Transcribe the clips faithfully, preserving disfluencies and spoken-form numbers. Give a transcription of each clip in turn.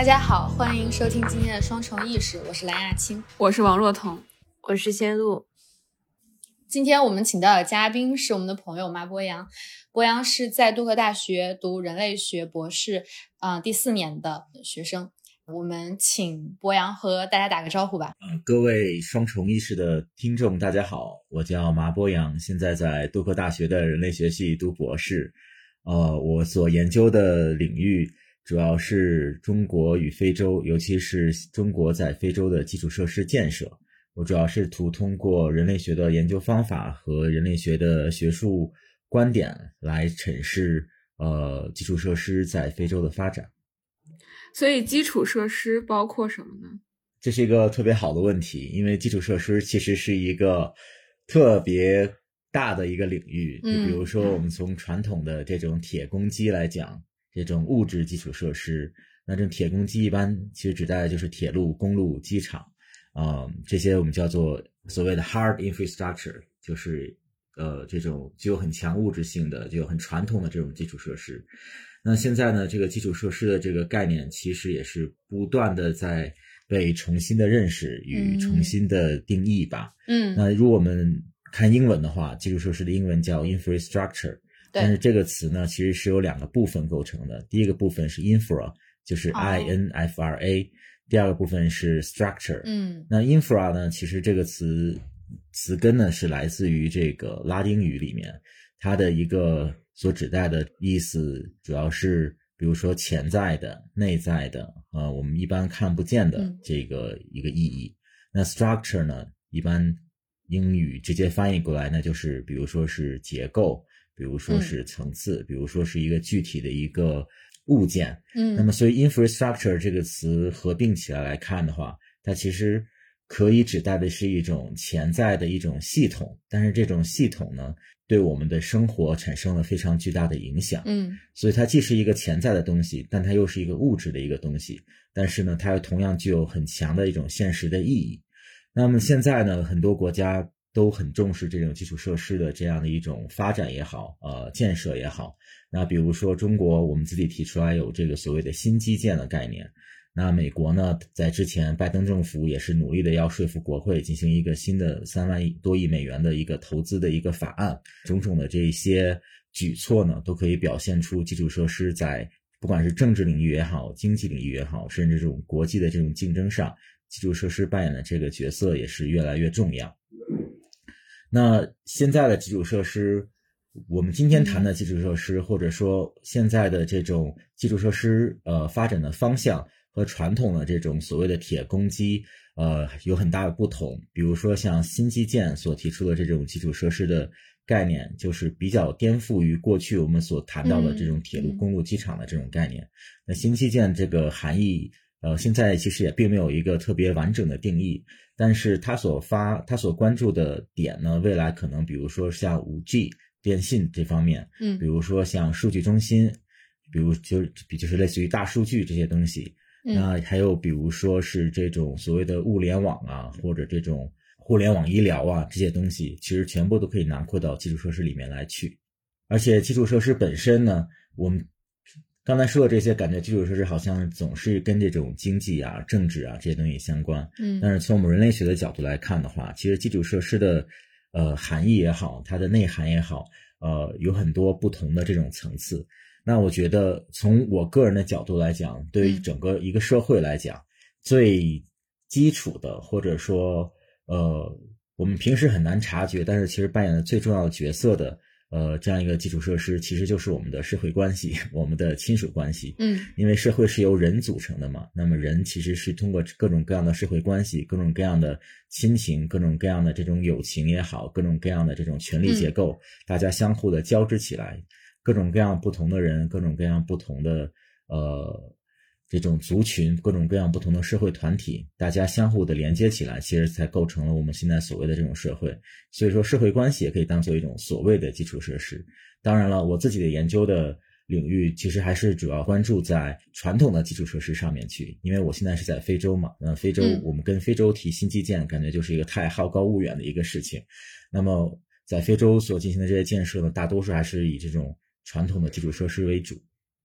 家好，欢迎收听今天的双重意识，我是蓝亚青， 我是王若彤， 我是仙露。 今天我们请到的嘉宾是我们的朋友马博洋，博洋是在杜克大学读人类学博士，呃，第四年的学生。我们请博洋和大家打个招呼吧。 呃、各位双重意识的听众大家好，我叫马博洋，现在在杜克大学的人类学系读博士。呃，我所研究的领域主要是中国与非洲，尤其是中国在非洲的基础设施建设。我主要是图通过人类学的研究方法和人类学的学术观点来阐释呃基础设施在非洲的发展。 所以基础设施包括什么呢？ 这是一个特别好的问题，因为基础设施其实是一个特别大的一个领域。就比如说我们从传统的这种铁公基来讲，这种物质基础设施，那这种铁公基一般其实指代的就是铁路、公路、机场，呃，这些我们叫做所谓的 hard infrastructure， 就是呃这种具有很强物质性的、具有很传统的这种基础设施。那现在呢，这个基础设施的这个概念其实也是不断的在被重新的认识与重新的定义吧。 嗯， 那如果我们看英文的话，基础设施的英文叫 infrastructure， 但是这个词呢其实是由两个部分构成的。第一个部分是 infra， 就是 I N F R A，哦，第二个部分是 structure。 嗯， 那 infra 呢，其实这个词词根呢是来自于这个拉丁语里面，它的一个所指代的意思主要是比如说潜在的、内在的，呃，我们一般看不见的这个一个意义。嗯、那 structure 呢，一般英语直接翻译过来呢，就是比如说是结构，比如说是层次，嗯、比如说是一个具体的一个物件。嗯，那么所以 infrastructure 这个词合并起来来看的话，它其实可以指代的是一种潜在的一种系统，但是这种系统呢，对我们的生活产生了非常巨大的影响。 嗯， 所以它既是一个潜在的东西，但它又是一个物质的一个东西，但是呢，它又同样具有很强的一种现实的意义。那么现在呢，很多国家都很重视这种基础设施的这样的一种发展也好，呃，建设也好。那比如说中国，我们自己提出来有这个所谓的新基建的概念。那美国呢，在之前拜登政府也是努力的要说服国会进行一个新的三万多亿美元的一个投资的一个法案。种种的这些举措呢，都可以表现出基础设施在不管是政治领域也好，经济领域也好，甚至这种国际的这种竞争上，基础设施扮演的这个角色也是越来越重要。那现在的基础设施，我们今天谈的基础设施，或者说现在的这种基础设施呃发展的方向和传统的这种所谓的铁公基呃有很大的不同。比如说像新基建所提出的这种基础设施的概念，就是比较颠覆于过去我们所谈到的这种铁路、公路、机场的这种概念。那新基建这个含义呃现在其实也并没有一个特别完整的定义，但是它所发它所关注的点呢，未来可能比如说像 五 G 电信这方面，嗯，比如说像数据中心，比如就就是类似于大数据这些东西。那还有比如说是这种所谓的物联网啊，或者这种互联网医疗啊，这些东西其实全部都可以囊括到基础设施里面来去。而且基础设施本身呢，我们刚才说的这些，感觉基础设施好像总是跟这种经济啊、政治啊这些东西相关。嗯，但是从我们人类学的角度来看的话，其实基础设施的呃含义也好，它的内涵也好，呃有很多不同的这种层次。那我觉得从我个人的角度来讲，对于整个一个社会来讲，嗯、最基础的或者说呃我们平时很难察觉，但是其实扮演了最重要的角色的呃这样一个基础设施，其实就是我们的社会关系，我们的亲属关系。嗯，因为社会是由人组成的嘛，那么人其实是通过各种各样的社会关系，各种各样的亲情，各种各样的这种友情也好，各种各样的这种权力结构，嗯、大家相互的交织起来。各种各样不同的人，各种各样不同的呃这种族群，各种各样不同的社会团体，大家相互的连接起来，其实才构成了我们现在所谓的这种社会。所以说社会关系也可以当做一种所谓的基础设施。当然了，我自己的研究的领域其实还是主要关注在传统的基础设施上面去，因为我现在是在非洲嘛，那非洲我们跟非洲提新基建，感觉就是一个太好高骛远的一个事情。那么在非洲所进行的这些建设呢，大多数还是以这种传统的基础设施为主。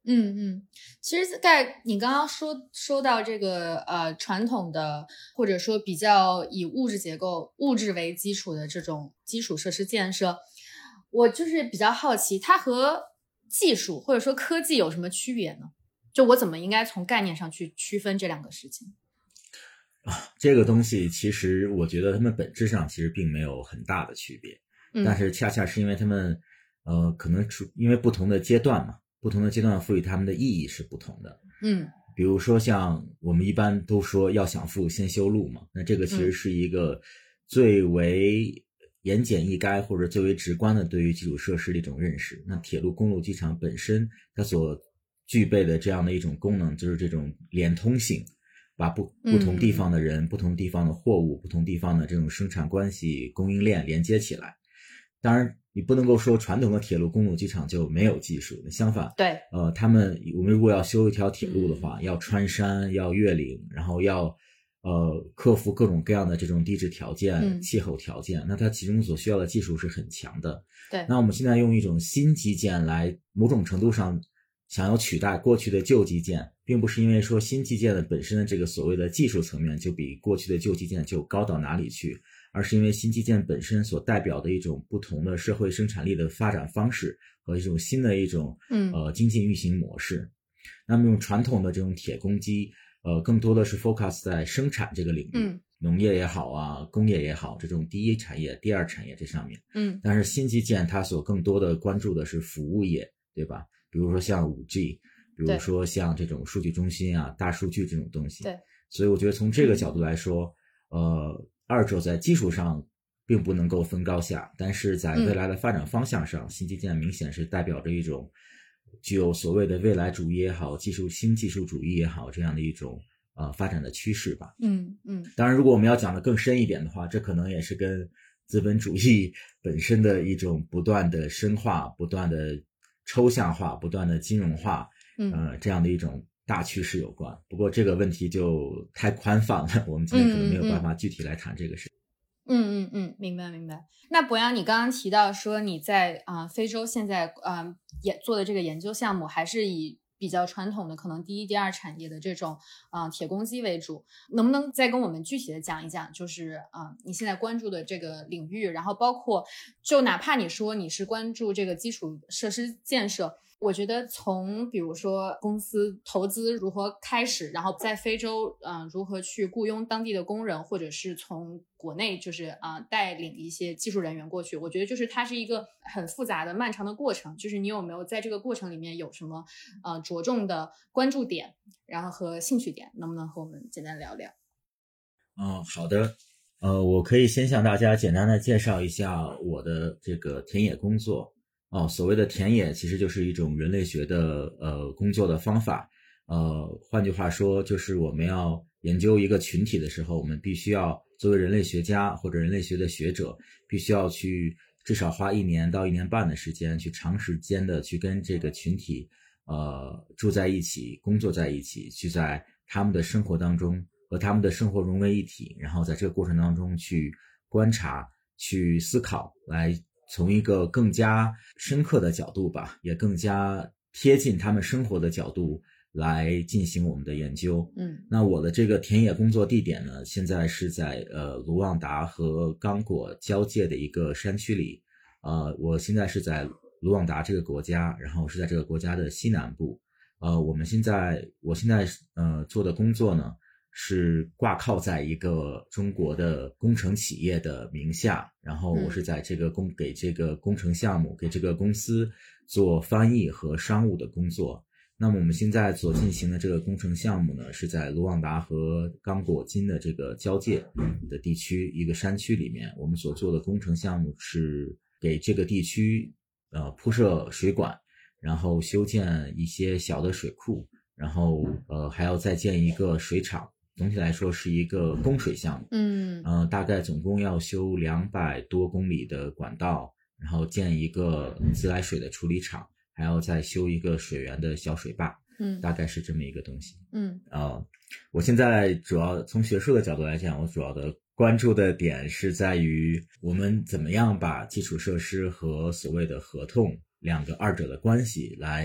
嗯嗯，其实在你刚刚说说到这个呃传统的或者说比较以物质结构物质为基础的这种基础设施建设，我就是比较好奇它和技术或者说科技有什么区别呢？就我怎么应该从概念上去区分这两个事情？ 啊，这个东西其实我觉得它们本质上其实并没有很大的区别， 嗯、 但是恰恰是因为它们呃可能因为不同的阶段嘛，不同的阶段赋予它们的意义是不同的。 嗯， 比如说像我们一般都说要想富先修路嘛，那这个其实是一个最为言简意赅或者最为直观的对于基础设施的一种认识。那铁路、公路、机场本身它所具备的这样的一种功能，就是这种连通性，把不不同地方的人、嗯、不同地方的货物、不同地方的这种生产关系、供应链连接起来。当然你不能够说传统的铁路、公路、机场就没有技术，相反， 对， 呃，他们我们如果要修一条铁路的话，要穿山，要越岭，然后要呃克服各种各样的这种地质条件、 嗯、 气候条件，那它其中所需要的技术是很强的。 对， 那我们现在用一种新基建来某种程度上想要取代过去的旧基建，并不是因为说新基建的本身的这个所谓的技术层面就比过去的旧基建就高到哪里去，而是因为新基建本身所代表的一种不同的社会生产力的发展方式和一种新的一种呃经济运行模式。嗯、那么用传统的这种铁公鸡呃更多的是 focus 在生产这个领域，嗯、农业也好啊，工业也好，这种第一产业、第二产业这上面。 嗯， 但是新基建它所更多的关注的是服务业，对吧？比如说像 五 G， 比如说像这种数据中心啊、大数据这种东西。 对， 所以我觉得从这个角度来说，呃，二者在技术上并不能够分高下，但是在未来的发展方向上，嗯、新基建明显是代表着一种具有所谓的未来主义也好、技术新技术主义也好这样的一种呃发展的趋势吧。 嗯嗯。 当然，如果我们要讲的更深一点的话，这可能也是跟资本主义本身的一种不断的深化、不断的抽象化、不断的金融化，呃，这样的一种大趋势有关。不过这个问题就太宽泛了，我们今天可能没有办法具体来谈这个事。 嗯嗯嗯，明白明白。那博洋，你刚刚提到说你在啊、呃、非洲现在啊、呃、也做的这个研究项目，还是以比较传统的可能第一、第二产业的这种啊、呃、铁公鸡为主，能不能再跟我们具体的讲一讲，就是啊、呃、你现在关注的这个领域，然后包括就哪怕你说你是关注这个基础设施建设。我觉得从比如说公司投资如何开始，然后在非洲嗯、呃、如何去雇佣当地的工人，或者是从国内就是啊、呃、带领一些技术人员过去，我觉得就是它是一个很复杂的漫长的过程，就是你有没有在这个过程里面有什么呃着重的关注点，然后和兴趣点，能不能和我们简单聊聊？ 嗯，好的。呃，我可以先向大家简单的介绍一下我的这个田野工作。哦，所谓的田野其实就是一种人类学的呃工作的方法。呃，换句话说，就是我们要研究一个群体的时候，我们必须要作为人类学家或者人类学的学者，必须要去至少花一年到一年半的时间，去长时间的去跟这个群体呃住在一起，工作在一起，去在他们的生活当中和他们的生活融为一体，然后在这个过程当中去观察、去思考，来从一个更加深刻的角度吧，也更加贴近他们生活的角度来进行我们的研究。 嗯， 那我的这个田野工作地点呢，现在是在呃卢旺达和刚果交界的一个山区里。呃，我现在是在卢旺达这个国家，然后是在这个国家的西南部。呃，我们现在我现在呃做的工作呢，是挂靠在一个中国的工程企业的名下，然后我是在这个工给这个工程项目给这个公司做翻译和商务的工作。那么我们现在所进行的这个工程项目呢，是在卢旺达和刚果金的这个交界的地区一个山区里面，我们所做的工程项目是给这个地区呃铺设水管，然后修建一些小的水库，然后呃还要再建一个水厂。总体来说是一个供水项目， 嗯， 呃，大概总共要修两百多公里的管道，然后建一个自来水的处理厂，还要再修一个水源的小水坝， 嗯， 大概是这么一个东西。 嗯， 呃，我现在主要从学术的角度来讲，我主要的关注的点是在于我们怎么样把基础设施和所谓的合同两个二者的关系来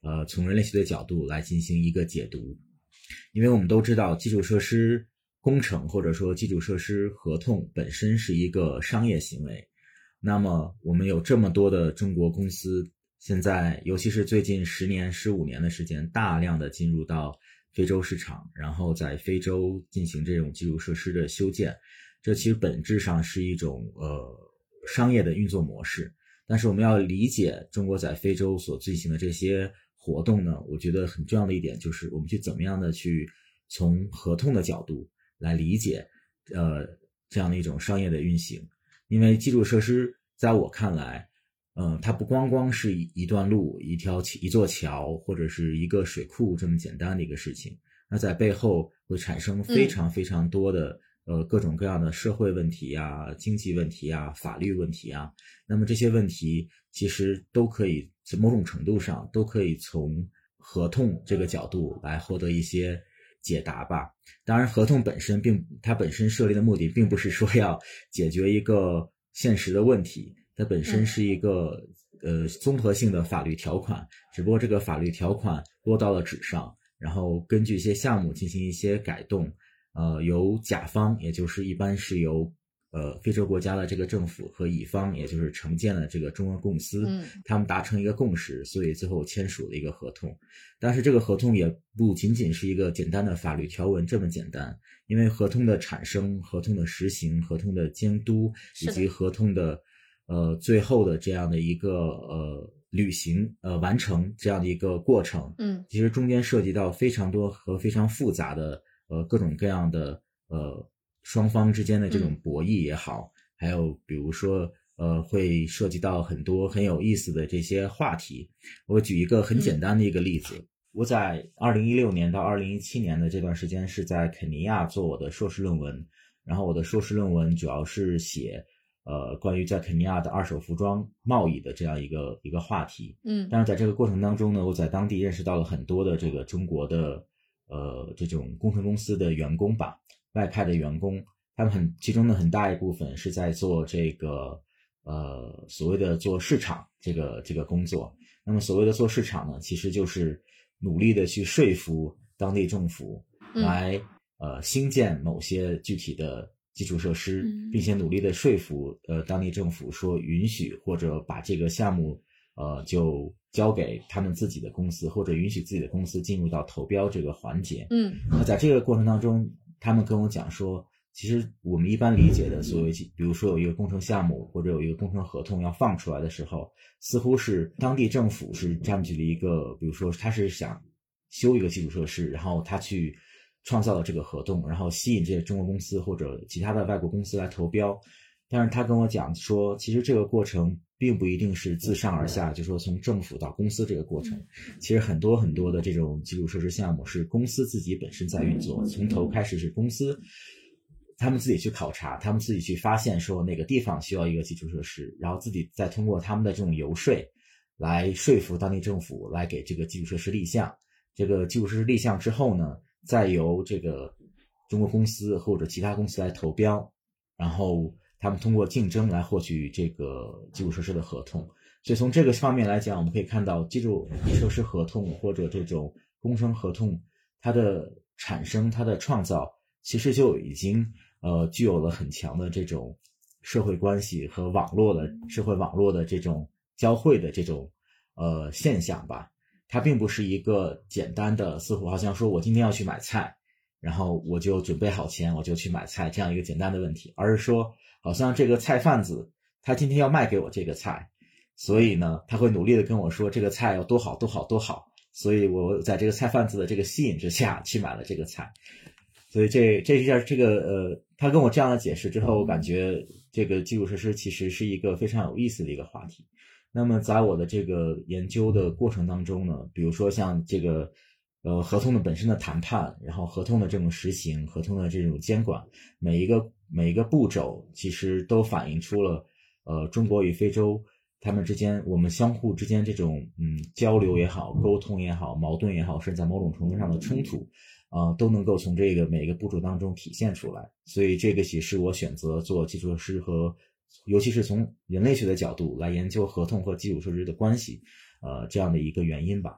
呃从人类学的角度来进行一个解读。因为我们都知道基础设施工程或者说基础设施合同本身是一个商业行为，那么我们有这么多的中国公司，现在尤其是最近十年十五年的时间，大量的进入到非洲市场，然后在非洲进行这种基础设施的修建，这其实本质上是一种呃商业的运作模式。但是我们要理解中国在非洲所进行的这些活动呢，我觉得很重要的一点就是我们去怎么样的去从合同的角度来理解呃这样的一种商业的运行。因为基础设施在我看来嗯、呃，它不光光是一段路一条一座桥或者是一个水库这么简单的一个事情，那在背后会产生非常非常多的、嗯、呃各种各样的社会问题啊、经济问题啊、法律问题啊。那么这些问题其实都可以在某种程度上都可以从合同这个角度来获得一些解答吧。当然合同本身并它本身设立的目的并不是说要解决一个现实的问题，它本身是一个、嗯、呃综合性的法律条款，只不过这个法律条款落到了纸上，然后根据一些项目进行一些改动，呃由甲方也就是一般是由呃，非洲国家的这个政府和乙方，也就是承建了这个中国公司， 嗯， 他们达成一个共识，所以最后签署了一个合同。但是这个合同也不仅仅是一个简单的法律条文这么简单，因为合同的产生、合同的实行、合同的监督，以及合同的呃最后的这样的一个呃履行呃完成这样的一个过程， 嗯， 其实中间涉及到非常多和非常复杂的呃各种各样的呃。双方之间的这种博弈也好、嗯、还有比如说呃会涉及到很多很有意思的这些话题。我举一个很简单的一个例子、嗯、我在二零一六年到二零一七年的这段时间是在肯尼亚做我的硕士论文，然后我的硕士论文主要是写呃关于在肯尼亚的二手服装贸易的这样一个一个话题。 嗯， 但是在这个过程当中呢，我在当地认识到了很多的这个中国的呃这种工程公司的员工吧，外派的员工，他们很其中的很大一部分是在做这个呃所谓的做市场这个这个工作。那么所谓的做市场呢，其实就是努力的去说服当地政府来、嗯、呃兴建某些具体的基础设施、嗯、并且努力的说服呃当地政府说允许或者把这个项目呃就交给他们自己的公司，或者允许自己的公司进入到投标这个环节。 嗯， 那在这个过程当中，他们跟我讲说，其实我们一般理解的所谓比如说有一个工程项目或者有一个工程合同要放出来的时候，似乎是当地政府是占据了一个，比如说他是想修一个基础设施，然后他去创造了这个合同，然后吸引这些中国公司或者其他的外国公司来投标。但是他跟我讲说，其实这个过程并不一定是自上而下，就是说从政府到公司这个过程，其实很多很多的这种基础设施项目是公司自己本身在运作，从头开始是公司他们自己去考察，他们自己去发现说哪个地方需要一个基础设施，然后自己再通过他们的这种游说来说服当地政府来给这个基础设施立项。这个基础设施立项之后呢，再由这个中国公司或者其他公司来投标，然后他们通过竞争来获取这个基础设施的合同。所以从这个方面来讲，我们可以看到基础设施合同或者这种工程合同，它的产生、它的创造，其实就已经呃具有了很强的这种社会关系和网络的社会网络的这种交汇的这种呃现象吧。它并不是一个简单的，似乎好像说我今天要去买菜，然后我就准备好钱我就去买菜这样一个简单的问题，而是说好像这个菜贩子他今天要卖给我这个菜，所以呢他会努力的跟我说这个菜要多好多好多好，所以我在这个菜贩子的这个吸引之下去买了这个菜。所以这这一下这个呃他跟我这样的解释之后，我感觉这个基础设施其实是一个非常有意思的一个话题。那么在我的这个研究的过程当中呢，比如说像这个呃合同的本身的谈判，然后合同的这种实行，合同的这种监管，每一个每一个步骤其实都反映出了呃中国与非洲他们之间，我们相互之间这种嗯交流也好，沟通也好，矛盾也好，甚至在某种程度上的冲突呃都能够从这个每个步骤当中体现出来。所以这个也是我选择做基础设施和尤其是从人类学的角度来研究合同和基础设施的关系呃这样的一个原因吧。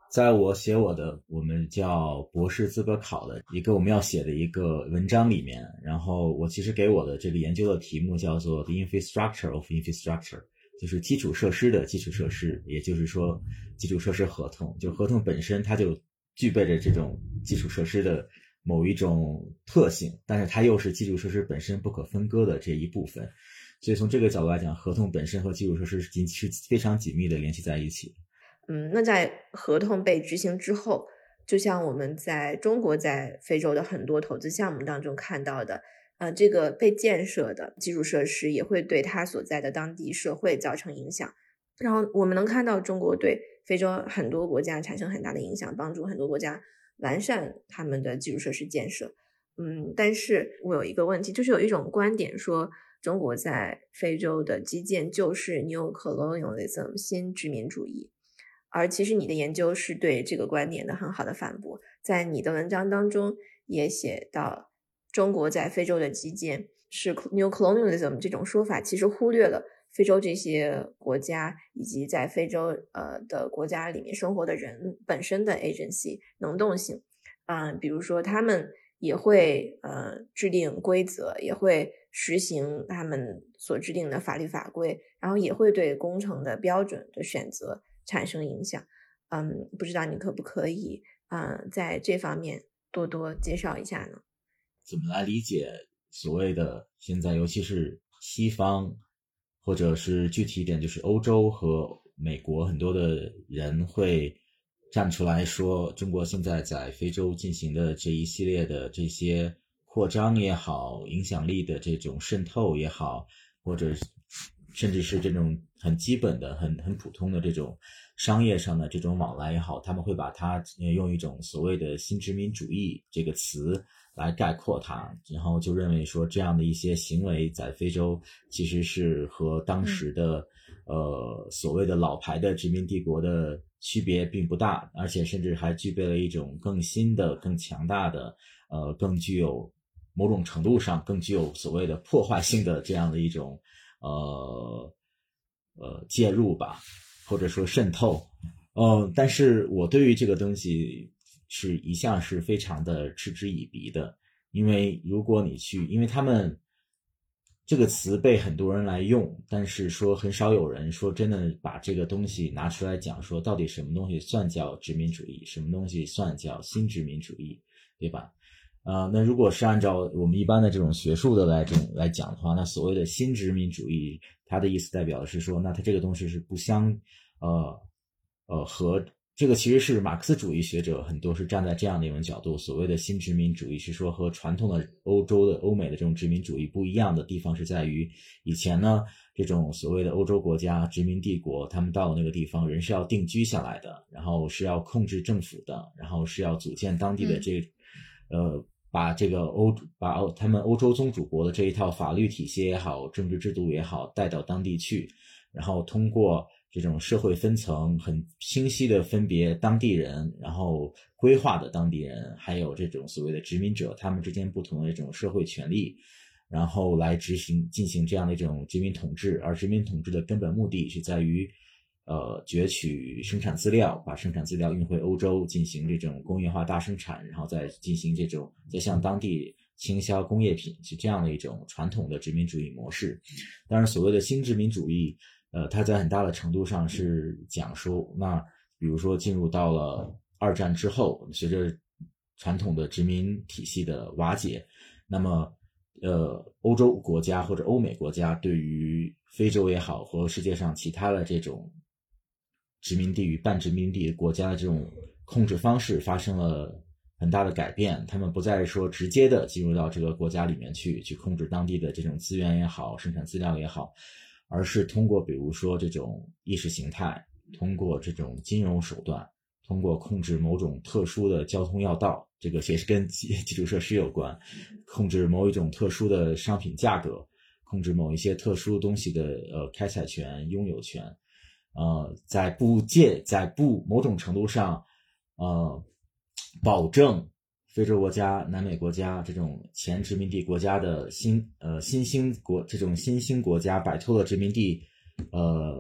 在我写我的我们叫博士资格考的一个我们要写的一个文章里面，然后我其实给我的这个研究的题目叫做 The Infrastructure of Infrastructure， 就是基础设施的基础设施，也就是说基础设施合同，就合同本身它就具备着这种基础设施的某一种特性，但是它又是基础设施本身不可分割的这一部分，所以从这个角度来讲，合同本身和基础设施是是非常紧密的联系在一起。 嗯，那在合同被执行之后，就像我们在中国在非洲的很多投资项目当中看到的，呃，这个被建设的基础设施也会对它所在的当地社会造成影响。然后我们能看到中国对非洲很多国家产生很大的影响，帮助很多国家完善他们的基础设施建设。嗯，但是我有一个问题，就是有一种观点说中国在非洲的基建就是 Neo-colonialism 新殖民主义。而其实你的研究是对这个观点的很好的反驳，在你的文章当中也写到中国在非洲的基建是 Neo-colonialism 这种说法，其实忽略了非洲这些国家以及在非洲呃的国家里面生活的人本身的 agency 能动性。嗯、呃，比如说他们也会呃制定规则，也会实行他们所制定的法律法规，然后也会对工程的标准的选择产生影响。嗯，不知道你可不可以嗯在这方面多多介绍一下呢？ 怎么来理解所谓的现在尤其是西方，或者是具体一点就是欧洲和美国很多的人会站出来说中国现在在非洲进行的这一系列的这些扩张也好，影响力的这种渗透也好，或者甚至是这种很基本的很很普通的这种商业上的这种往来也好，他们会把它用一种所谓的新殖民主义这个词来概括它，然后就认为说这样的一些行为在非洲其实是和当时的、嗯、呃所谓的老牌的殖民帝国的区别并不大，而且甚至还具备了一种更新的更强大的呃更具有某种程度上更具有所谓的破坏性的这样的一种呃呃介入吧，或者说渗透。呃但是我对于这个东西是一向是非常的嗤之以鼻的，因为如果你去，因为他们这个词被很多人来用，但是说很少有人说真的把这个东西拿出来讲，说到底什么东西算叫殖民主义，什么东西算叫新殖民主义，对吧？呃，那如果是按照我们一般的这种学术的来这种来讲的话，那所谓的新殖民主义，它的意思代表的是说，那它这个东西是不相呃呃和这个其实是马克思主义学者很多是站在这样的一种角度，所谓的新殖民主义是说和传统的欧洲的欧美的这种殖民主义不一样的地方是在于，以前呢这种所谓的欧洲国家殖民帝国，他们到了那个地方人是要定居下来的，然后是要控制政府的，然后是要组建当地的这、嗯、呃把这个欧把他们欧洲宗主国的这一套法律体系也好，政治制度也好带到当地去，然后通过这种社会分层很清晰的分别当地人，然后规划的当地人，还有这种所谓的殖民者，他们之间不同的这种社会权利，然后来执行进行这样的一种殖民统治。而殖民统治的根本目的是在于呃攫取生产资料，把生产资料运回欧洲进行这种工业化大生产，然后再进行这种再向当地倾销工业品，是这样的一种传统的殖民主义模式。当然所谓的新殖民主义呃，它在很大的程度上是讲说，那比如说进入到了二战之后，随着传统的殖民体系的瓦解，那么呃，欧洲国家或者欧美国家对于非洲也好和世界上其他的这种殖民地与半殖民地国家的这种控制方式发生了很大的改变，他们不再说直接的进入到这个国家里面去去控制当地的这种资源也好，生产资料也好，而是通过比如说这种意识形态，通过这种金融手段，通过控制某种特殊的交通要道，这个也是跟基础设施有关，控制某一种特殊的商品价格，控制某一些特殊东西的呃开采权、拥有权，呃，在不借在不某种程度上呃保证非洲国家、南美国家这种前殖民地国家的新呃新兴国这种新兴国家摆脱了殖民地呃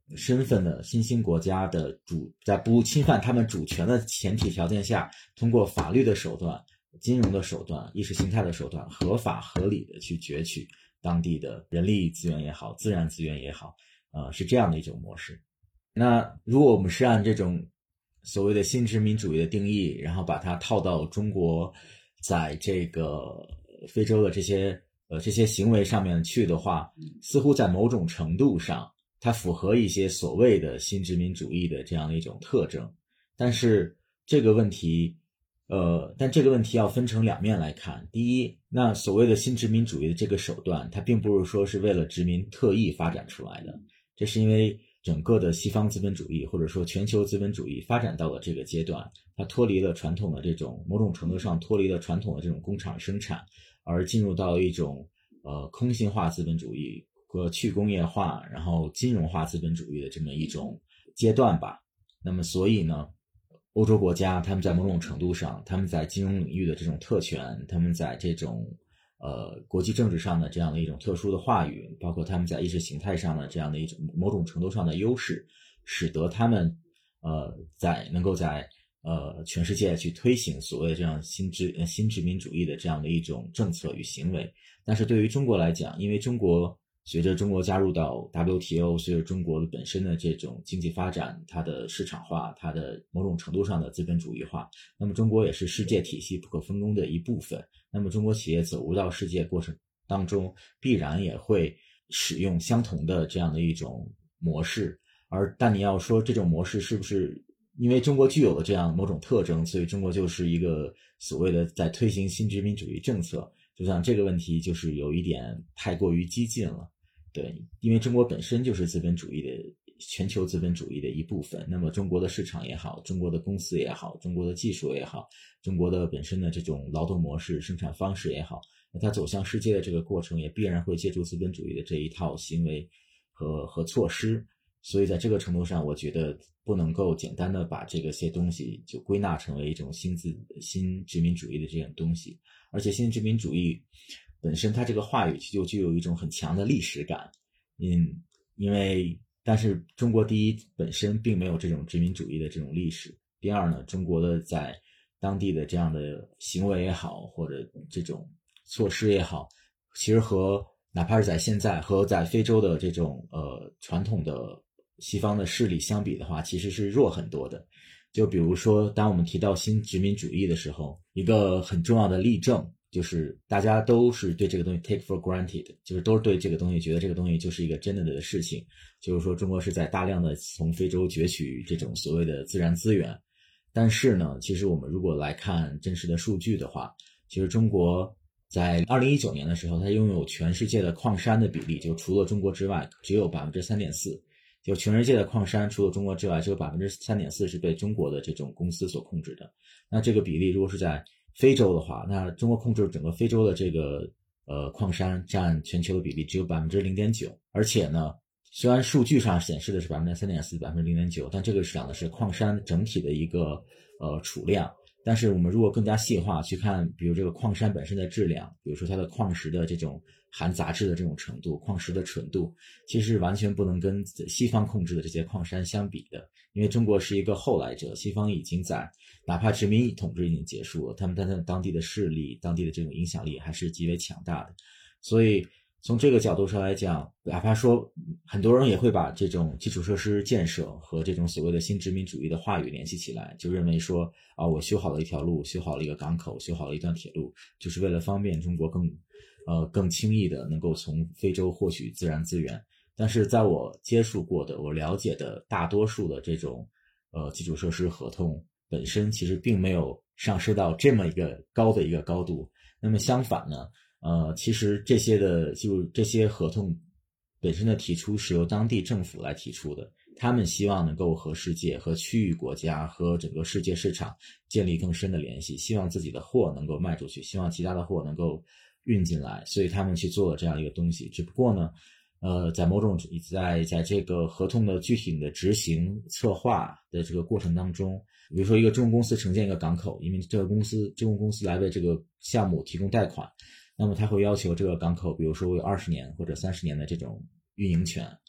身份的新兴国家的主，在不侵犯他们主权的前提条件下，通过法律的手段、金融的手段、意识形态的手段，合法合理的去攫取当地的人力资源也好，自然资源也好，呃，是这样的一种模式。那如果我们是按这种所谓的新殖民主义的定义，然后把它套到中国在这个非洲的这些呃这些行为上面去的话，似乎在某种程度上它符合一些所谓的新殖民主义的这样的一种特征。但是这个问题呃但这个问题要分成两面来看。第一，那所谓的新殖民主义的这个手段，它并不是说是为了殖民特意发展出来的，这是因为整个的西方资本主义或者说全球资本主义发展到了这个阶段，它脱离了传统的这种某种程度上脱离了传统的这种工厂生产，而进入到一种呃空心化资本主义和去工业化然后金融化资本主义的这么一种阶段吧。那么所以呢，欧洲国家他们在某种程度上，他们在金融领域的这种特权，他们在这种呃，国际政治上的这样的一种特殊的话语，包括他们在意识形态上的这样的一种某种程度上的优势，使得他们呃在能够在呃全世界去推行所谓的这样新殖新殖民主义的这样的一种政策与行为。但是对于中国来讲，因为中国随着中国加入到 W T O， 随着中国的本身的这种经济发展，它的市场化，它的某种程度上的资本主义化，那么中国也是世界体系不可分工的一部分。那么中国企业走入到世界过程当中，必然也会使用相同的这样的一种模式。而但你要说这种模式是不是因为中国具有了这样某种特征，所以中国就是一个所谓的在推行新殖民主义政策，就像这个问题就是有一点太过于激进了。对，因为中国本身就是资本主义的全球资本主义的一部分，那么中国的市场也好，中国的公司也好，中国的技术也好，中国的本身的这种劳动模式、生产方式也好，那它走向世界的这个过程也必然会借助资本主义的这一套行为和和措施。所以在这个程度上，我觉得不能够简单的把这个些东西就归纳成为一种新自新殖民主义的这种东西。而且新殖民主义本身它这个话语就具有一种很强的历史感，嗯，因为但是中国第一本身并没有这种殖民主义的这种历史，第二呢，中国的在当地的这样的行为也好，或者这种措施也好，其实和哪怕是在现在和在非洲的这种呃传统的西方的势力相比的话，其实是弱很多的。就比如说当我们提到新殖民主义的时候，一个很重要的例证就是大家都是对这个东西 take for granted， 就是都是对这个东西觉得这个东西就是一个真的的事情，就是说中国是在大量的从非洲攫取这种所谓的自然资源。但是呢，其实我们如果来看真实的数据的话，其实中国在二零一九年的时候，它拥有全世界的矿山的比例，就除了中国之外只有 百分之三点四， 就全世界的矿山除了中国之外只有 百分之三点四 是被中国的这种公司所控制的。那这个比例如果是在非洲的话，那中国控制整个非洲的这个呃矿山占全球的比例只有 百分之零点九， 而且呢虽然数据上显示的是 百分之三点四 百分之零点九， 但这个讲的是矿山整体的一个呃储量。但是我们如果更加细化去看，比如这个矿山本身的质量，比如说它的矿石的这种含杂质的这种程度，矿石的纯度，其实完全不能跟西方控制的这些矿山相比的。因为中国是一个后来者，西方已经在哪怕殖民统治已经结束了，他们在当地的势力、当地的这种影响力还是极为强大的。所以从这个角度上来讲，哪怕说很多人也会把这种基础设施建设和这种所谓的新殖民主义的话语联系起来，就认为说啊，我修好了一条路，修好了一个港口，修好了一段铁路，就是为了方便中国更呃更轻易的能够从非洲获取自然资源。但是在我接触过的、我了解的大多数的这种呃基础设施合同本身，其实并没有上升到这么一个高的一个高度。那么相反呢？呃，其实这些的就这些合同本身的提出是由当地政府来提出的，他们希望能够和世界、和区域国家、和整个世界市场建立更深的联系，希望自己的货能够卖出去，希望其他的货能够运进来，所以他们去做了这样一个东西。只不过呢，呃，在某种在在这个合同的具体的执行策划的这个过程当中，比如说一个中国公司承建一个港口，因为这个公司中国公司来为这个项目提供贷款。那么他会要求这个港口比如说有二十年或者三十年的这种运营权，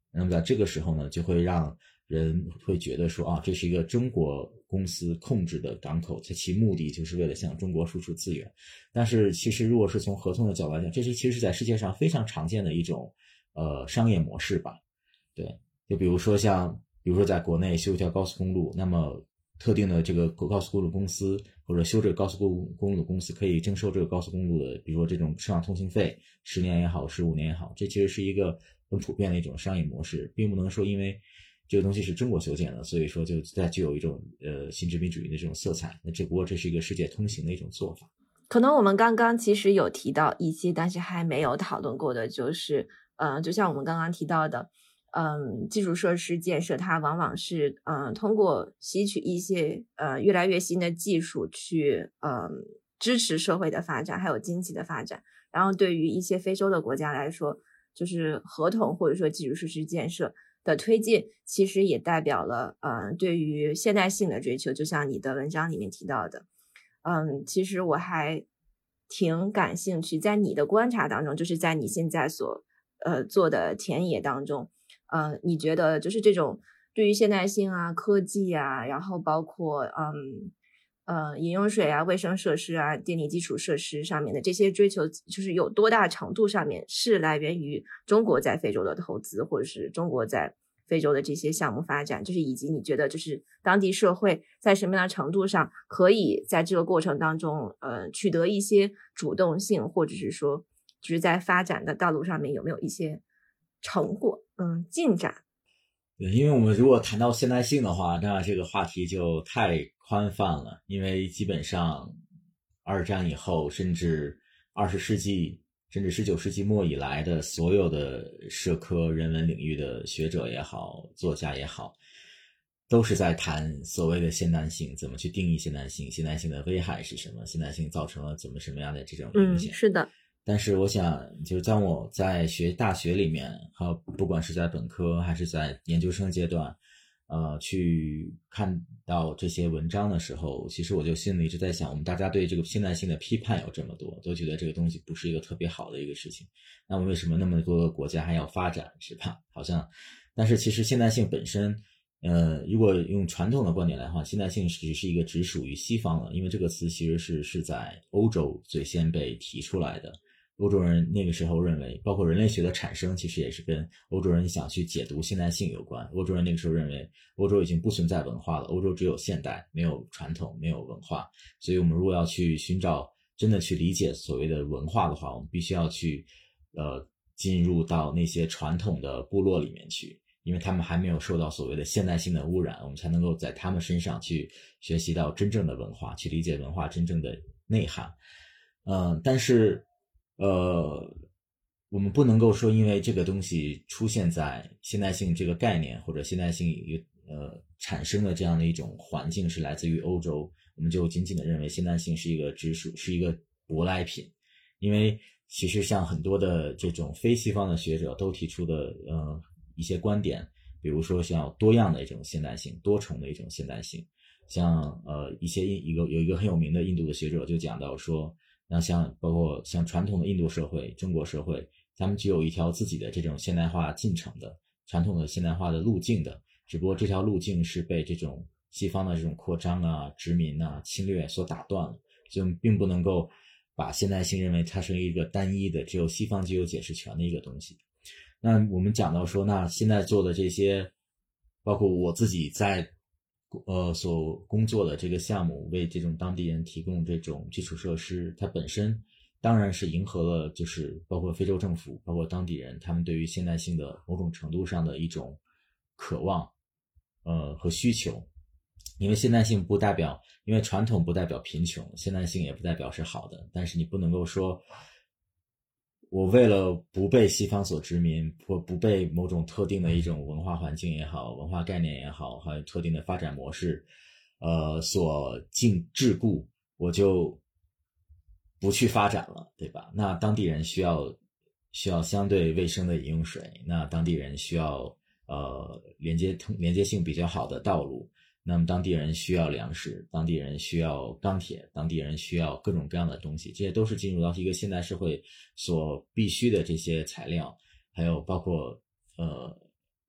那么在这个时候呢，就会让人会觉得说啊，这是一个中国公司控制的港口，它其目的就是为了向中国输出资源。但是其实如果是从合同的角度来讲，这是其实是在世界上非常常见的一种呃商业模式吧。对，就比如说像比如说在国内修一条高速公路，那么特定的这个高速公路公司或者修这个高速公路的公司可以征收这个高速公路的比如说这种车辆通行费，十年也好十五年也好，这其实是一个很普遍的一种商业模式，并不能说因为这个东西是中国修建的，所以说就再具有一种呃新殖民主义的这种色彩，那只不过这是一个世界通行的一种做法。 可能我们刚刚其实有提到一些，但是还没有讨论过的就是呃，就像我们刚刚提到的嗯，基础设施建设它往往是嗯通过吸取一些呃越来越新的技术去嗯支持社会的发展还有经济的发展，然后对于一些非洲的国家来说，就是合同或者说基础设施建设的推进其实也代表了嗯对于现代性的追求，就像你的文章里面提到的。嗯，其实我还挺感兴趣，在你的观察当中，就是在你现在所呃做的田野当中，呃，你觉得就是这种对于现代性啊、科技啊，然后包括嗯呃饮用水啊、卫生设施啊、电力基础设施上面的这些追求，就是有多大程度上面是来源于中国在非洲的投资，或者是中国在非洲的这些项目发展，就是以及你觉得就是当地社会在什么样的程度上可以在这个过程当中呃取得一些主动性，或者是说就是在发展的道路上面有没有一些成果嗯进展。 对，因为我们如果谈到现代性的话，那这个话题就太宽泛了，因为基本上二战以后甚至二十世纪甚至十九世纪末以来的所有的社科人文领域的学者也好，作家也好，都是在谈所谓的现代性，怎么去定义现代性，现代性的危害是什么，现代性造成了怎么什么样的这种影响。 嗯，是的。 但是我想就是当我在学大学里面，还有不管是在本科还是在研究生阶段呃，去看到这些文章的时候，其实我就心里一直在想，我们大家对这个现代性的批判有这么多，都觉得这个东西不是一个特别好的一个事情，那么为什么那么多的国家还要发展，是吧？好像但是其实现代性本身呃，如果用传统的观点来话，现代性只是一个只属于西方的，因为这个词其实是是在欧洲最先被提出来的。欧洲人那个时候认为，包括人类学的产生其实也是跟欧洲人想去解读现代性有关。欧洲人那个时候认为欧洲已经不存在文化了，欧洲只有现代，没有传统，没有文化。所以我们如果要去寻找真的去理解所谓的文化的话，我们必须要去呃进入到那些传统的部落里面去，因为他们还没有受到所谓的现代性的污染，我们才能够在他们身上去学习到真正的文化，去理解文化真正的内涵。嗯、呃，但是呃，我们不能够说因为这个东西出现在现代性这个概念或者现代性呃产生的这样的一种环境是来自于欧洲，我们就仅仅的认为现代性是一个直属是一个舶来品。因为其实像很多的这种非西方的学者都提出的呃一些观点，比如说像多样的一种现代性，多重的一种现代性，像呃一些一个有一个很有名的印度的学者就讲到说，那像包括像传统的印度社会、中国社会，他们具有一条自己的这种现代化进程的传统的现代化的路径的，只不过这条路径是被这种西方的这种扩张啊、殖民啊、侵略所打断了，所以我们并不能够把现代性认为它是一个单一的只有西方具有解释权的一个东西。那我们讲到说，那现在做的这些，包括我自己在呃，所工作的这个项目，为这种当地人提供这种基础设施，它本身当然是迎合了，就是包括非洲政府，包括当地人，他们对于现代性的某种程度上的一种渴望，呃和需求。因为现代性不代表，因为传统不代表贫穷，现代性也不代表是好的，但是你不能够说，我为了不被西方所殖民，或不被某种特定的一种文化环境也好，文化概念也好，还有特定的发展模式，呃，所禁桎梏，我就不去发展了，对吧？那当地人需要需要相对卫生的饮用水，那当地人需要呃连接连接性比较好的道路。那么当地人需要粮食，当地人需要钢铁，当地人需要各种各样的东西，这些都是进入到一个现代社会所必须的这些材料，还有包括呃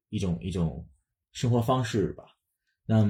一种一种生活方式吧。那